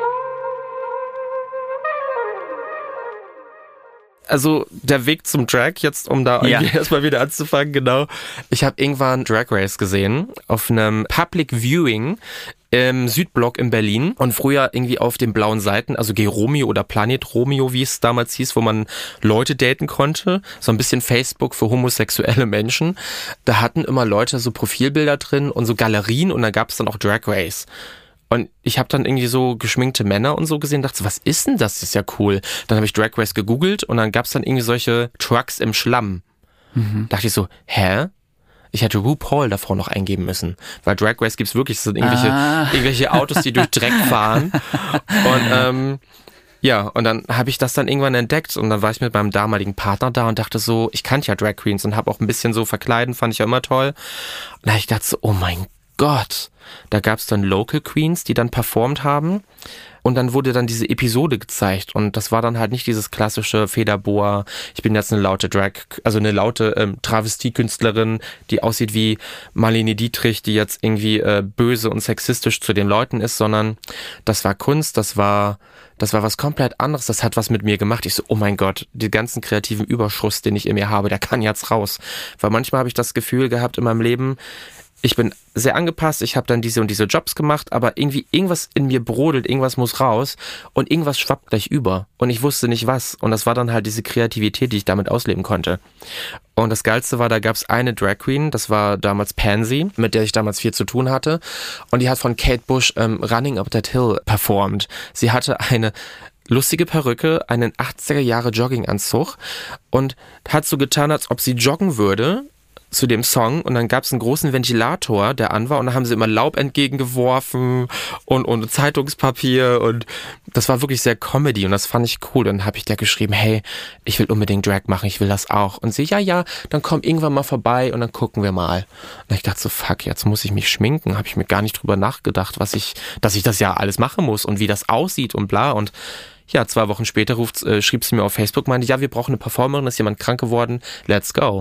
Also der Weg zum Drag, jetzt um da ja. erstmal wieder anzufangen, genau. Ich habe irgendwann Drag Race gesehen auf einem Public Viewing im Südblock in Berlin und früher irgendwie auf den blauen Seiten, also G-Romeo oder Planet Romeo, wie es damals hieß, wo man Leute daten konnte, so ein bisschen Facebook für homosexuelle Menschen. Da hatten immer Leute so Profilbilder drin und so Galerien und da gab es dann auch Drag Race. Und ich habe dann irgendwie so geschminkte Männer und so gesehen, dachte so, was ist denn das? Das ist ja cool. Dann habe ich Drag Race gegoogelt und dann gab's dann irgendwie solche Trucks im Schlamm. Mhm. Dachte ich so, hä? Ich hätte RuPaul davor noch eingeben müssen. Weil Drag Race gibt's wirklich, das sind irgendwelche, ah. irgendwelche Autos, die durch Dreck fahren. Und ähm, ja, und dann habe ich das dann irgendwann entdeckt und dann war ich mit meinem damaligen Partner da und dachte so, ich kannte ja Drag Queens und habe auch ein bisschen so verkleiden, fand ich ja immer toll. Und da habe ich gedacht so, oh mein Gott, da gab's dann Local Queens, die dann performt haben und dann wurde dann diese Episode gezeigt und das war dann halt nicht dieses klassische Federboa, ich bin jetzt eine laute Drag, also eine laute ähm, Travestiekünstlerin, die aussieht wie Marlene Dietrich, die jetzt irgendwie äh, böse und sexistisch zu den Leuten ist, sondern das war Kunst, das war das war was komplett anderes, das hat was mit mir gemacht. Ich so, oh mein Gott, den ganzen kreativen Überschuss, den ich in mir habe, der kann jetzt raus. Weil manchmal habe ich das Gefühl gehabt in meinem Leben, ich bin sehr angepasst, ich habe dann diese und diese Jobs gemacht, aber irgendwie irgendwas in mir brodelt, irgendwas muss raus und irgendwas schwappt gleich über und ich wusste nicht was und das war dann halt diese Kreativität, die ich damit ausleben konnte. Und das Geilste war, da gab es eine Drag Queen, das war damals Pansy, mit der ich damals viel zu tun hatte und die hat von Kate Bush ähm, Running Up That Hill performt. Sie hatte eine lustige Perücke, einen achtziger Jahre Jogginganzug und hat so getan, als ob sie joggen würde zu dem Song und dann gab es einen großen Ventilator, der an war und dann haben sie immer Laub entgegengeworfen und, und Zeitungspapier und das war wirklich sehr Comedy und das fand ich cool. Dann habe ich der geschrieben, hey, ich will unbedingt Drag machen, ich will das auch. Und sie, ja, ja, dann komm irgendwann mal vorbei und dann gucken wir mal. Und ich dachte so, fuck, jetzt muss ich mich schminken. Habe ich mir gar nicht drüber nachgedacht, was ich, dass ich das ja alles machen muss und wie das aussieht und bla und ja, zwei Wochen später ruft, äh, schrieb sie mir auf Facebook, meinte, ja, wir brauchen eine Performerin, ist jemand krank geworden, let's go.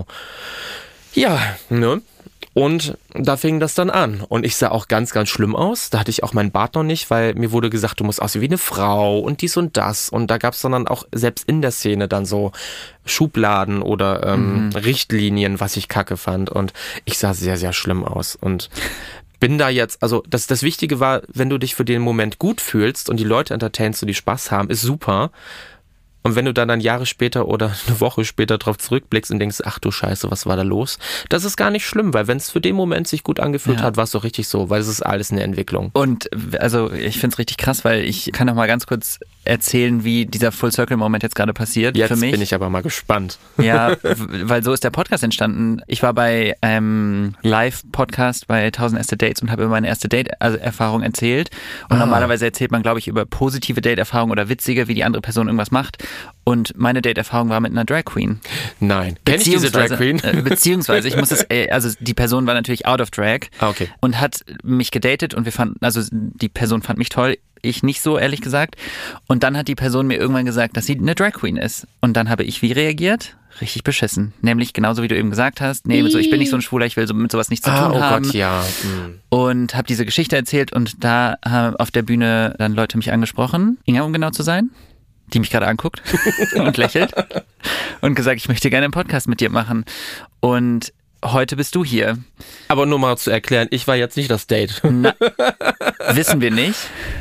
Ja, ne? Und da fing das dann an. Und ich sah auch ganz, ganz schlimm aus. Da hatte ich auch meinen Bart noch nicht, weil mir wurde gesagt, du musst aussehen wie eine Frau und dies und das. Und da gab es dann auch selbst in der Szene dann so Schubladen oder ähm, mhm. Richtlinien, was ich kacke fand. Und ich sah sehr, sehr schlimm aus. Und bin da jetzt, also das, das Wichtige war, wenn du dich für den Moment gut fühlst und die Leute entertainst und die Spaß haben, ist super. Und wenn du dann, dann Jahre später oder eine Woche später drauf zurückblickst und denkst, ach du Scheiße, was war da los? Das ist gar nicht schlimm, weil wenn es für den Moment sich gut angefühlt ja. hat, war es doch richtig so, weil es ist alles eine Entwicklung. Und also ich finde es richtig krass, weil ich kann noch mal ganz kurz erzählen, wie dieser Full-Circle-Moment jetzt gerade passiert jetzt für mich. Jetzt bin ich aber mal gespannt. Ja, weil so ist der Podcast entstanden. Ich war bei einem Live-Podcast bei tausend erste Dates und habe über meine erste Date-Erfahrung erzählt. Und ah. normalerweise erzählt man, glaube ich, über positive Date-Erfahrungen oder witzige, wie die andere Person irgendwas macht. Und meine Date-Erfahrung war mit einer Drag Queen. Nein. Kenn ich diese Drag Queen? Äh, beziehungsweise, ich muss es, äh, also die Person war natürlich out of drag ah, okay. und hat mich gedatet und wir fanden, also die Person fand mich toll, ich nicht so, ehrlich gesagt. Und dann hat die Person mir irgendwann gesagt, dass sie eine Drag Queen ist. Und dann habe ich wie reagiert? Richtig beschissen. Nämlich genauso, wie du eben gesagt hast. Nee, so, ich bin nicht so ein Schwuler, ich will so mit sowas nichts zu ah, tun oh haben. Gott, ja. Mhm. Und habe diese Geschichte erzählt und da haben auf der Bühne dann Leute mich angesprochen, Inga, um genau zu sein, die mich gerade anguckt und lächelt und gesagt, ich möchte gerne einen Podcast mit dir machen. Und heute bist du hier. Aber nur mal zu erklären, ich war jetzt nicht das Date. Na, wissen wir nicht.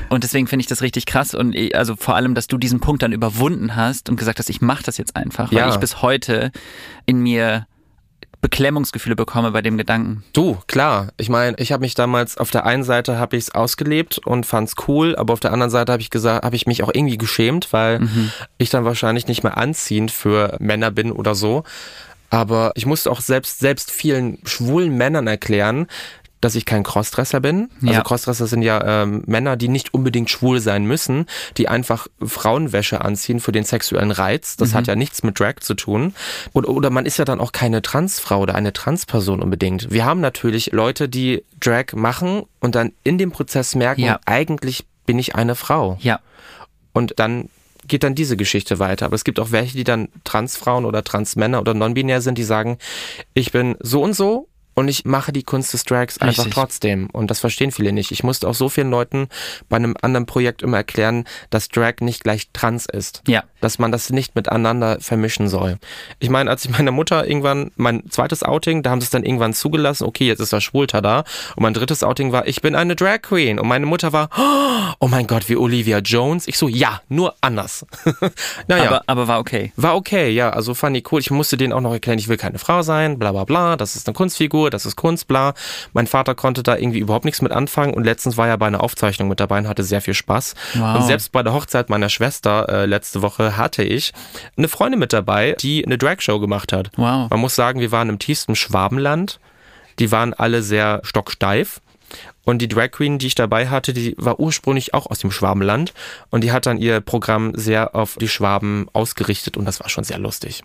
Und deswegen finde ich das richtig krass und also vor allem, dass du diesen Punkt dann überwunden hast und gesagt hast, ich mache das jetzt einfach, weil ja. ich bis heute in mir Beklemmungsgefühle bekomme bei dem Gedanken. Du, klar. Ich meine, ich habe mich damals, auf der einen Seite habe ich es ausgelebt und fand's cool, aber auf der anderen Seite habe ich gesagt, habe ich mich auch irgendwie geschämt, weil mhm. ich dann wahrscheinlich nicht mehr anziehend für Männer bin oder so. Aber ich musste auch selbst, selbst vielen schwulen Männern erklären, dass ich kein Crossdresser bin. Also ja. Crossdresser sind ja ähm, Männer, die nicht unbedingt schwul sein müssen, die einfach Frauenwäsche anziehen für den sexuellen Reiz. Das mhm. hat ja nichts mit Drag zu tun. Oder, oder man ist ja dann auch keine Transfrau oder eine Transperson unbedingt. Wir haben natürlich Leute, die Drag machen und dann in dem Prozess merken, ja. eigentlich bin ich eine Frau. Ja. Und dann geht dann diese Geschichte weiter. Aber es gibt auch welche, die dann Transfrauen oder Transmänner oder non-binär sind, die sagen, ich bin so und so und ich mache die Kunst des Drags einfach Richtig. trotzdem. Und das verstehen viele nicht. Ich musste auch so vielen Leuten bei einem anderen Projekt immer erklären, dass Drag nicht gleich trans ist. Ja. Dass man das nicht miteinander vermischen soll. Ich meine, als ich meiner Mutter irgendwann, mein zweites Outing, da haben sie es dann irgendwann zugelassen, okay, jetzt ist das Schwulter da. Und mein drittes Outing war, ich bin eine Drag Queen. Und meine Mutter war, oh mein Gott, wie Olivia Jones. Ich so, ja, nur anders. naja. Aber, aber war okay. War okay, ja, also fand ich cool. Ich musste denen auch noch erklären, ich will keine Frau sein, bla bla bla, das ist eine Kunstfigur, das ist Kunst, bla. Mein Vater konnte da irgendwie überhaupt nichts mit anfangen und letztens war er bei einer Aufzeichnung mit dabei und hatte sehr viel Spaß. Wow. Und selbst bei der Hochzeit meiner Schwester äh, letzte Woche hatte ich eine Freundin mit dabei, die eine Dragshow gemacht hat. Wow. Man muss sagen, wir waren im tiefsten Schwabenland. Die waren alle sehr stocksteif. Und die Drag Queen, die ich dabei hatte, die war ursprünglich auch aus dem Schwabenland. Und die hat dann ihr Programm sehr auf die Schwaben ausgerichtet und das war schon sehr lustig.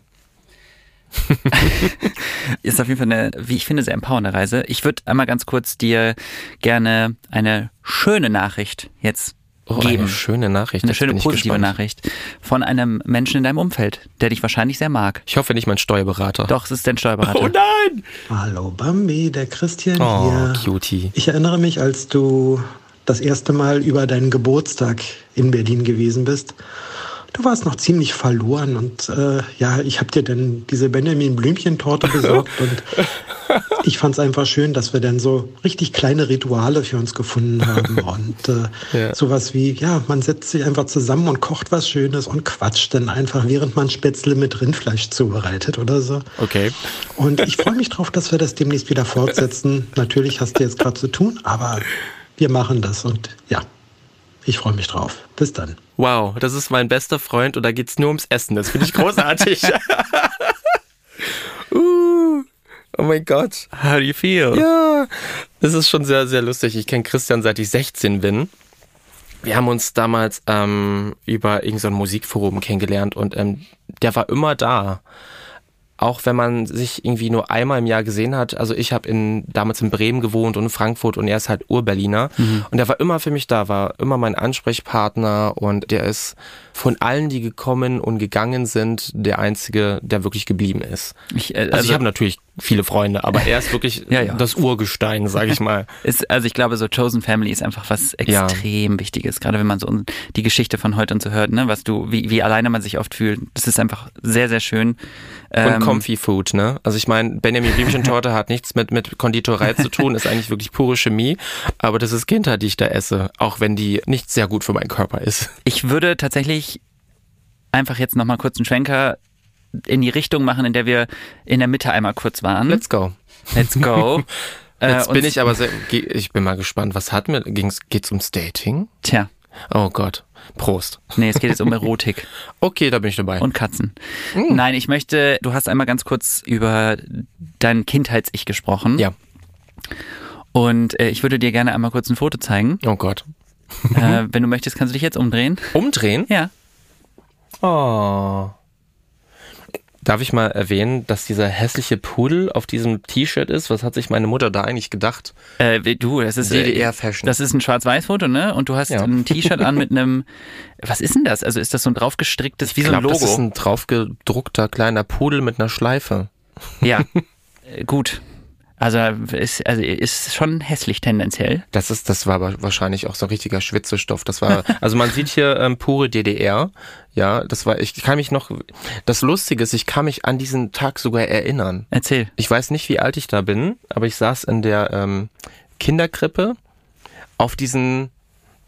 Ist auf jeden Fall eine, wie ich finde, sehr empowernde Reise. Ich würde einmal ganz kurz dir gerne eine schöne Nachricht jetzt Oh, geben. Eine schöne Nachricht. Eine schöne positive Nachricht von einem Menschen in deinem Umfeld, der dich wahrscheinlich sehr mag. Ich hoffe nicht mein Steuerberater. Doch, es ist dein Steuerberater. Oh nein! Hallo Bambi, der Christian oh, hier. Oh, Cutie. Ich erinnere mich, als du das erste Mal über deinen Geburtstag in Berlin gewesen bist. Du warst noch ziemlich verloren und äh, ja, ich habe dir dann diese Benjamin-Blümchen-Torte besorgt und ich fand es einfach schön, dass wir dann so richtig kleine Rituale für uns gefunden haben und äh, ja. sowas wie, ja, man setzt sich einfach zusammen und kocht was Schönes und quatscht dann einfach, während man Spätzle mit Rindfleisch zubereitet oder so. Okay. Und ich freue mich drauf, dass wir das demnächst wieder fortsetzen. Natürlich hast du jetzt gerade zu tun, aber wir machen das und ja. Ich freue mich drauf. Bis dann. Wow, das ist mein bester Freund und da geht's nur ums Essen. Das finde ich großartig. uh, oh mein Gott. How do you feel? Ja, das ist schon sehr, sehr lustig. Ich kenne Christian, seit ich sechzehn bin. Wir haben uns damals ähm, über irgendein so Musikforum kennengelernt und ähm, der war immer da. Auch wenn man sich irgendwie nur einmal im Jahr gesehen hat. Also ich habe in damals in Bremen gewohnt und in Frankfurt und er ist halt Ur-Berliner. Mhm. Und der war immer für mich da, war immer mein Ansprechpartner und der ist von allen, die gekommen und gegangen sind, der Einzige, der wirklich geblieben ist. Ich, äh, also, also ich habe natürlich viele Freunde, aber er ist wirklich ja, ja. das Urgestein, sage ich mal. Ist, also ich glaube, so Chosen Family ist einfach was extrem ja. Wichtiges, gerade wenn man so die Geschichte von heute und so hört, ne, was du, wie, wie alleine man sich oft fühlt. Das ist einfach sehr, sehr schön. Und ähm, Comfy Food, ne? Also ich meine, Benjamin Blümchen-Torte hat nichts mit, mit Konditorei zu tun, ist eigentlich wirklich pure Chemie, aber das ist Kinder, die ich da esse, auch wenn die nicht sehr gut für meinen Körper ist. Ich würde tatsächlich einfach jetzt nochmal kurz einen Schwenker in die Richtung machen, in der wir in der Mitte einmal kurz waren. Let's go. Let's go. Jetzt äh, bin ich aber sehr, ich bin mal gespannt, was hat mir, geht's ums Dating? Tja. Oh Gott. Prost. Nee, es geht jetzt um Erotik. Okay, da bin ich dabei. Und Katzen. Mm. Nein, ich möchte, du hast einmal ganz kurz über dein Kindheits-Ich gesprochen. Ja. Und äh, ich würde dir gerne einmal kurz ein Foto zeigen. Oh Gott. Äh, wenn du möchtest, kannst du dich jetzt umdrehen. Umdrehen? Ja. Oh. Darf ich mal erwähnen, dass dieser hässliche Pudel auf diesem T-Shirt ist? Was hat sich meine Mutter da eigentlich gedacht? Äh, du, das ist D D R-Fashion. Das ist ein Schwarz-Weiß-Foto, ne? Und du hast ja. ein T-Shirt an mit einem, was ist denn das? Also ist das so ein draufgestricktes, wie ich so ein glaub, Logo? Das ist ein draufgedruckter kleiner Pudel mit einer Schleife. Ja, äh, gut. Also ist, also ist schon hässlich tendenziell. Das ist, das war wahrscheinlich auch so ein richtiger Schwitzestoff. Das war, also man sieht hier ähm, pure D D R. Ja, das war, ich kann mich noch, das Lustige ist, ich kann mich an diesen Tag sogar erinnern. Erzähl. Ich weiß nicht, wie alt ich da bin, aber ich saß in der ähm, Kinderkrippe auf diesen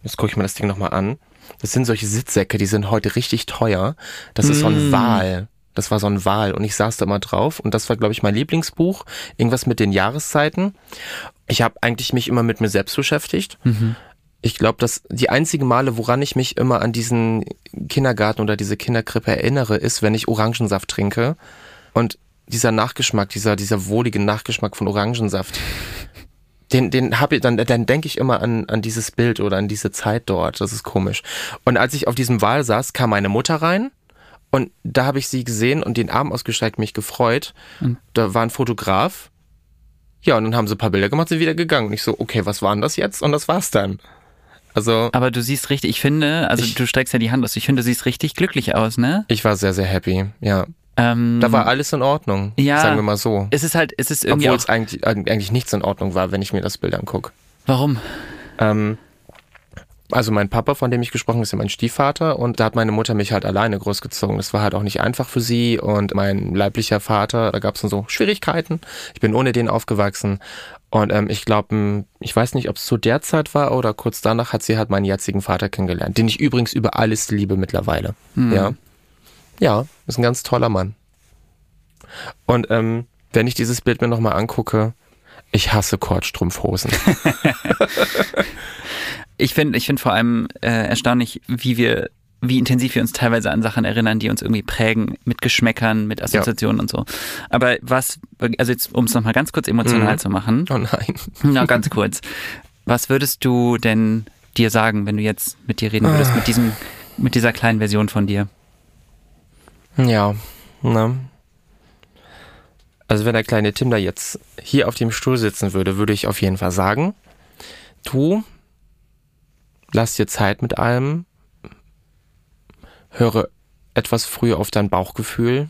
Jetzt gucke ich mir das Ding nochmal an. Das sind solche Sitzsäcke, die sind heute richtig teuer. Das ist mm. so ein Wal. Das war so ein Wal und ich saß da immer drauf und das war, glaube ich, mein Lieblingsbuch. Irgendwas mit den Jahreszeiten. Ich habe eigentlich mich immer mit mir selbst beschäftigt. Mhm. Ich glaube, dass die einzigen Male, woran ich mich immer an diesen Kindergarten oder diese Kinderkrippe erinnere, ist, wenn ich Orangensaft trinke. Und dieser Nachgeschmack, dieser, dieser wohlige Nachgeschmack von Orangensaft, den, den habe ich, dann, dann denke ich immer an, an dieses Bild oder an diese Zeit dort. Das ist komisch. Und als ich auf diesem Wal saß, kam meine Mutter rein. Und da habe ich sie gesehen und den Arm ausgestreckt, mich gefreut. Mhm. Da war ein Fotograf. Ja, und dann haben sie ein paar Bilder gemacht, sind wieder gegangen. Und ich so, okay, was war denn das jetzt? Und das war's dann. Also. Aber du siehst richtig, ich finde, also ich, du streckst ja die Hand aus, ich finde, du siehst richtig glücklich aus, ne? Ich war sehr, sehr happy, ja. Ähm, da war alles in Ordnung, ja, sagen wir mal so. Es ist halt, es ist irgendwie Obwohl es eigentlich, eigentlich nichts in Ordnung war, wenn ich mir das Bild angucke. Warum? Ähm, also mein Papa, von dem ich gesprochen habe, ist ja mein Stiefvater und da hat meine Mutter mich halt alleine großgezogen. Das war halt auch nicht einfach für sie und mein leiblicher Vater, da gab es dann so Schwierigkeiten. Ich bin ohne den aufgewachsen und ähm, ich glaube, ich weiß nicht, ob es zu der Zeit war oder kurz danach hat sie halt meinen jetzigen Vater kennengelernt, den ich übrigens über alles liebe mittlerweile. Mhm. Ja, ja, ist ein ganz toller Mann. Und ähm, wenn ich dieses Bild mir nochmal angucke, ich hasse Kordstrumpfhosen. Ich finde ich finde vor allem äh, erstaunlich, wie wir, wie intensiv wir uns teilweise an Sachen erinnern, die uns irgendwie prägen, mit Geschmäckern, mit Assoziationen ja. und so. Aber was, also jetzt, um es nochmal ganz kurz emotional mhm. zu machen. Oh nein. Na, ganz kurz. Was würdest du denn dir sagen, wenn du jetzt mit dir reden würdest, mit diesem, mit dieser kleinen Version von dir? Ja, ne. Also wenn der kleine Tim da jetzt hier auf dem Stuhl sitzen würde, würde ich auf jeden Fall sagen, du, lass dir Zeit mit allem, höre etwas früher auf dein Bauchgefühl,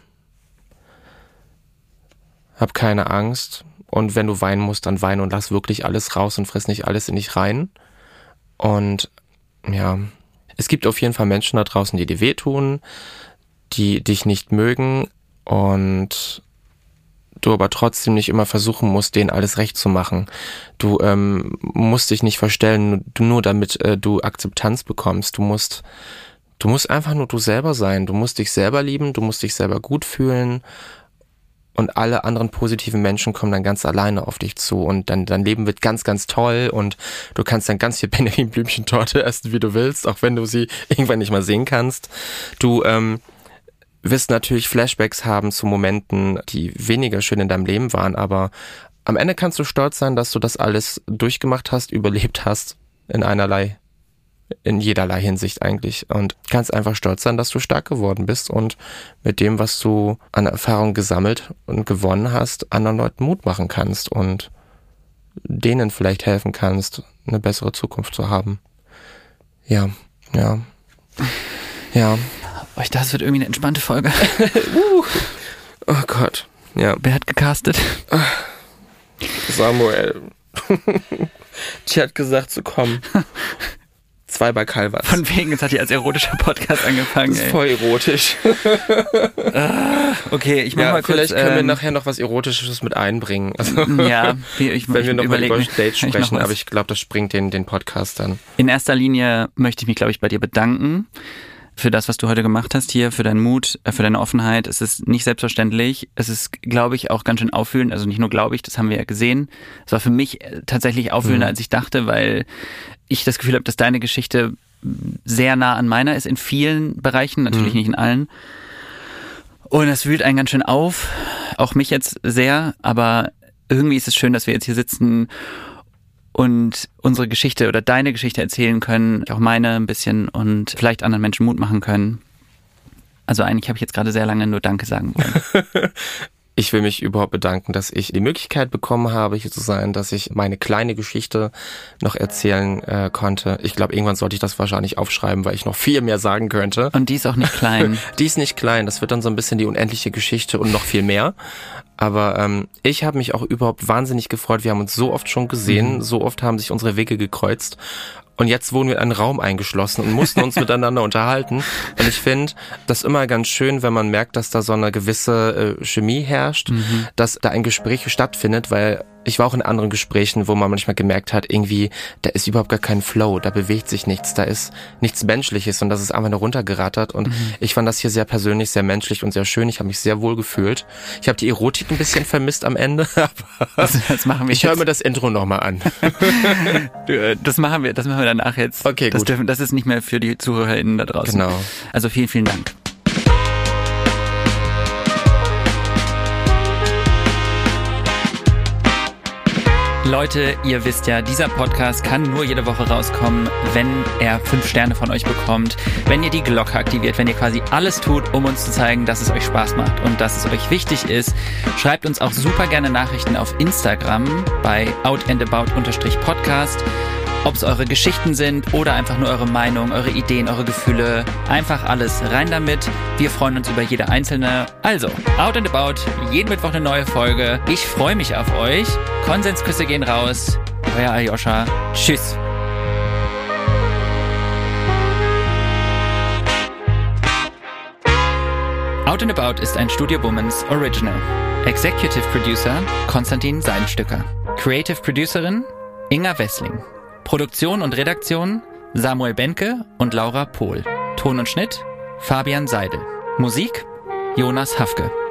hab keine Angst und wenn du weinen musst, dann weine und lass wirklich alles raus und friss nicht alles in dich rein. Und ja, es gibt auf jeden Fall Menschen da draußen, die dir wehtun, die dich nicht mögen und du aber trotzdem nicht immer versuchen musst, denen alles recht zu machen. Du ähm, musst dich nicht verstellen, nur damit äh, du Akzeptanz bekommst. Du musst, du musst einfach nur du selber sein. Du musst dich selber lieben, du musst dich selber gut fühlen und alle anderen positiven Menschen kommen dann ganz alleine auf dich zu und dann dein Leben wird ganz, ganz toll und du kannst dann ganz viel Benjamin Blümchen-Torte essen, wie du willst, auch wenn du sie irgendwann nicht mal sehen kannst. Du ähm, wirst natürlich Flashbacks haben zu Momenten, die weniger schön in deinem Leben waren, aber am Ende kannst du stolz sein, dass du das alles durchgemacht hast, überlebt hast, in einerlei, in jederlei Hinsicht eigentlich und kannst einfach stolz sein, dass du stark geworden bist und mit dem, was du an Erfahrung gesammelt und gewonnen hast, anderen Leuten Mut machen kannst und denen vielleicht helfen kannst, eine bessere Zukunft zu haben. Ja, ja, ja. Ich dachte, es wird irgendwie eine entspannte Folge. uh. Oh Gott, ja. Wer hat gecastet? Samuel. Die hat gesagt zu kommen. Zwei bei Calvas. Von wegen, jetzt hat die als erotischer Podcast angefangen. Das ist ey. Voll erotisch. Okay, ich mach ja, mal kurz. Vielleicht können wir ähm, nachher noch was Erotisches mit einbringen. Also, ja, wie, ich, wenn ich wir noch mal über Dates sprechen, ich aber ich glaube, das springt den, den Podcast dann. In erster Linie möchte ich mich, glaube ich, bei dir bedanken. Für das, was du heute gemacht hast hier, für deinen Mut, für deine Offenheit. Es ist nicht selbstverständlich. Es ist, glaube ich, auch ganz schön aufwühlend. Also nicht nur glaube ich, das haben wir ja gesehen. Es war für mich tatsächlich aufwühlender, mhm. als ich dachte, weil ich das Gefühl habe, dass deine Geschichte sehr nah an meiner ist in vielen Bereichen, natürlich mhm. nicht in allen. Und das wühlt einen ganz schön auf. Auch mich jetzt sehr. Aber irgendwie ist es schön, dass wir jetzt hier sitzen und unsere Geschichte oder deine Geschichte erzählen können, auch meine ein bisschen und vielleicht anderen Menschen Mut machen können. Also eigentlich habe ich jetzt gerade sehr lange nur Danke sagen wollen. Ich will mich überhaupt bedanken, dass ich die Möglichkeit bekommen habe, hier zu sein, dass ich meine kleine Geschichte noch erzählen äh, konnte. Ich glaube, irgendwann sollte ich das wahrscheinlich aufschreiben, weil ich noch viel mehr sagen könnte. Und die ist auch nicht klein. Die ist nicht klein, das wird dann so ein bisschen die unendliche Geschichte und noch viel mehr. Aber ähm, ich habe mich auch überhaupt wahnsinnig gefreut. Wir haben uns so oft schon gesehen, mhm. so oft haben sich unsere Wege gekreuzt. Und jetzt wurden wir in einen Raum eingeschlossen und mussten uns miteinander unterhalten. Und ich finde das immer ganz schön, wenn man merkt, dass da so eine gewisse äh, Chemie herrscht, mhm. dass da ein Gespräch stattfindet, weil Ich war auch in anderen Gesprächen, wo man manchmal gemerkt hat, irgendwie, da ist überhaupt gar kein Flow, da bewegt sich nichts, da ist nichts Menschliches und das ist einfach nur runtergerattert. Und mhm. ich fand das hier sehr persönlich, sehr menschlich und sehr schön. Ich habe mich sehr wohl gefühlt. Ich habe die Erotik ein bisschen vermisst am Ende. das, das machen wir ich höre mir das Intro nochmal an. das machen wir, das machen wir danach jetzt. Okay, das gut. Dürfen, das ist nicht mehr für die ZuhörerInnen da draußen. Genau. Also vielen, vielen Dank. Leute, ihr wisst ja, dieser Podcast kann nur jede Woche rauskommen, wenn er fünf Sterne von euch bekommt, wenn ihr die Glocke aktiviert, wenn ihr quasi alles tut, um uns zu zeigen, dass es euch Spaß macht und dass es euch wichtig ist. Schreibt uns auch super gerne Nachrichten auf Instagram bei outandabout-podcast. Ob es eure Geschichten sind oder einfach nur eure Meinung, eure Ideen, eure Gefühle. Einfach alles rein damit. Wir freuen uns über jede einzelne. Also, Out and About, jeden Mittwoch eine neue Folge. Ich freue mich auf euch. Konsensküsse gehen raus. Euer Aljoscha. Tschüss. Out and About ist ein Studio Womans Original. Executive Producer Konstantin Seidenstücker. Creative Producerin Inga Wessling. Produktion und Redaktion Samuel Benke und Laura Pohl. Ton und Schnitt Fabian Seidel. Musik Jonas Hafke.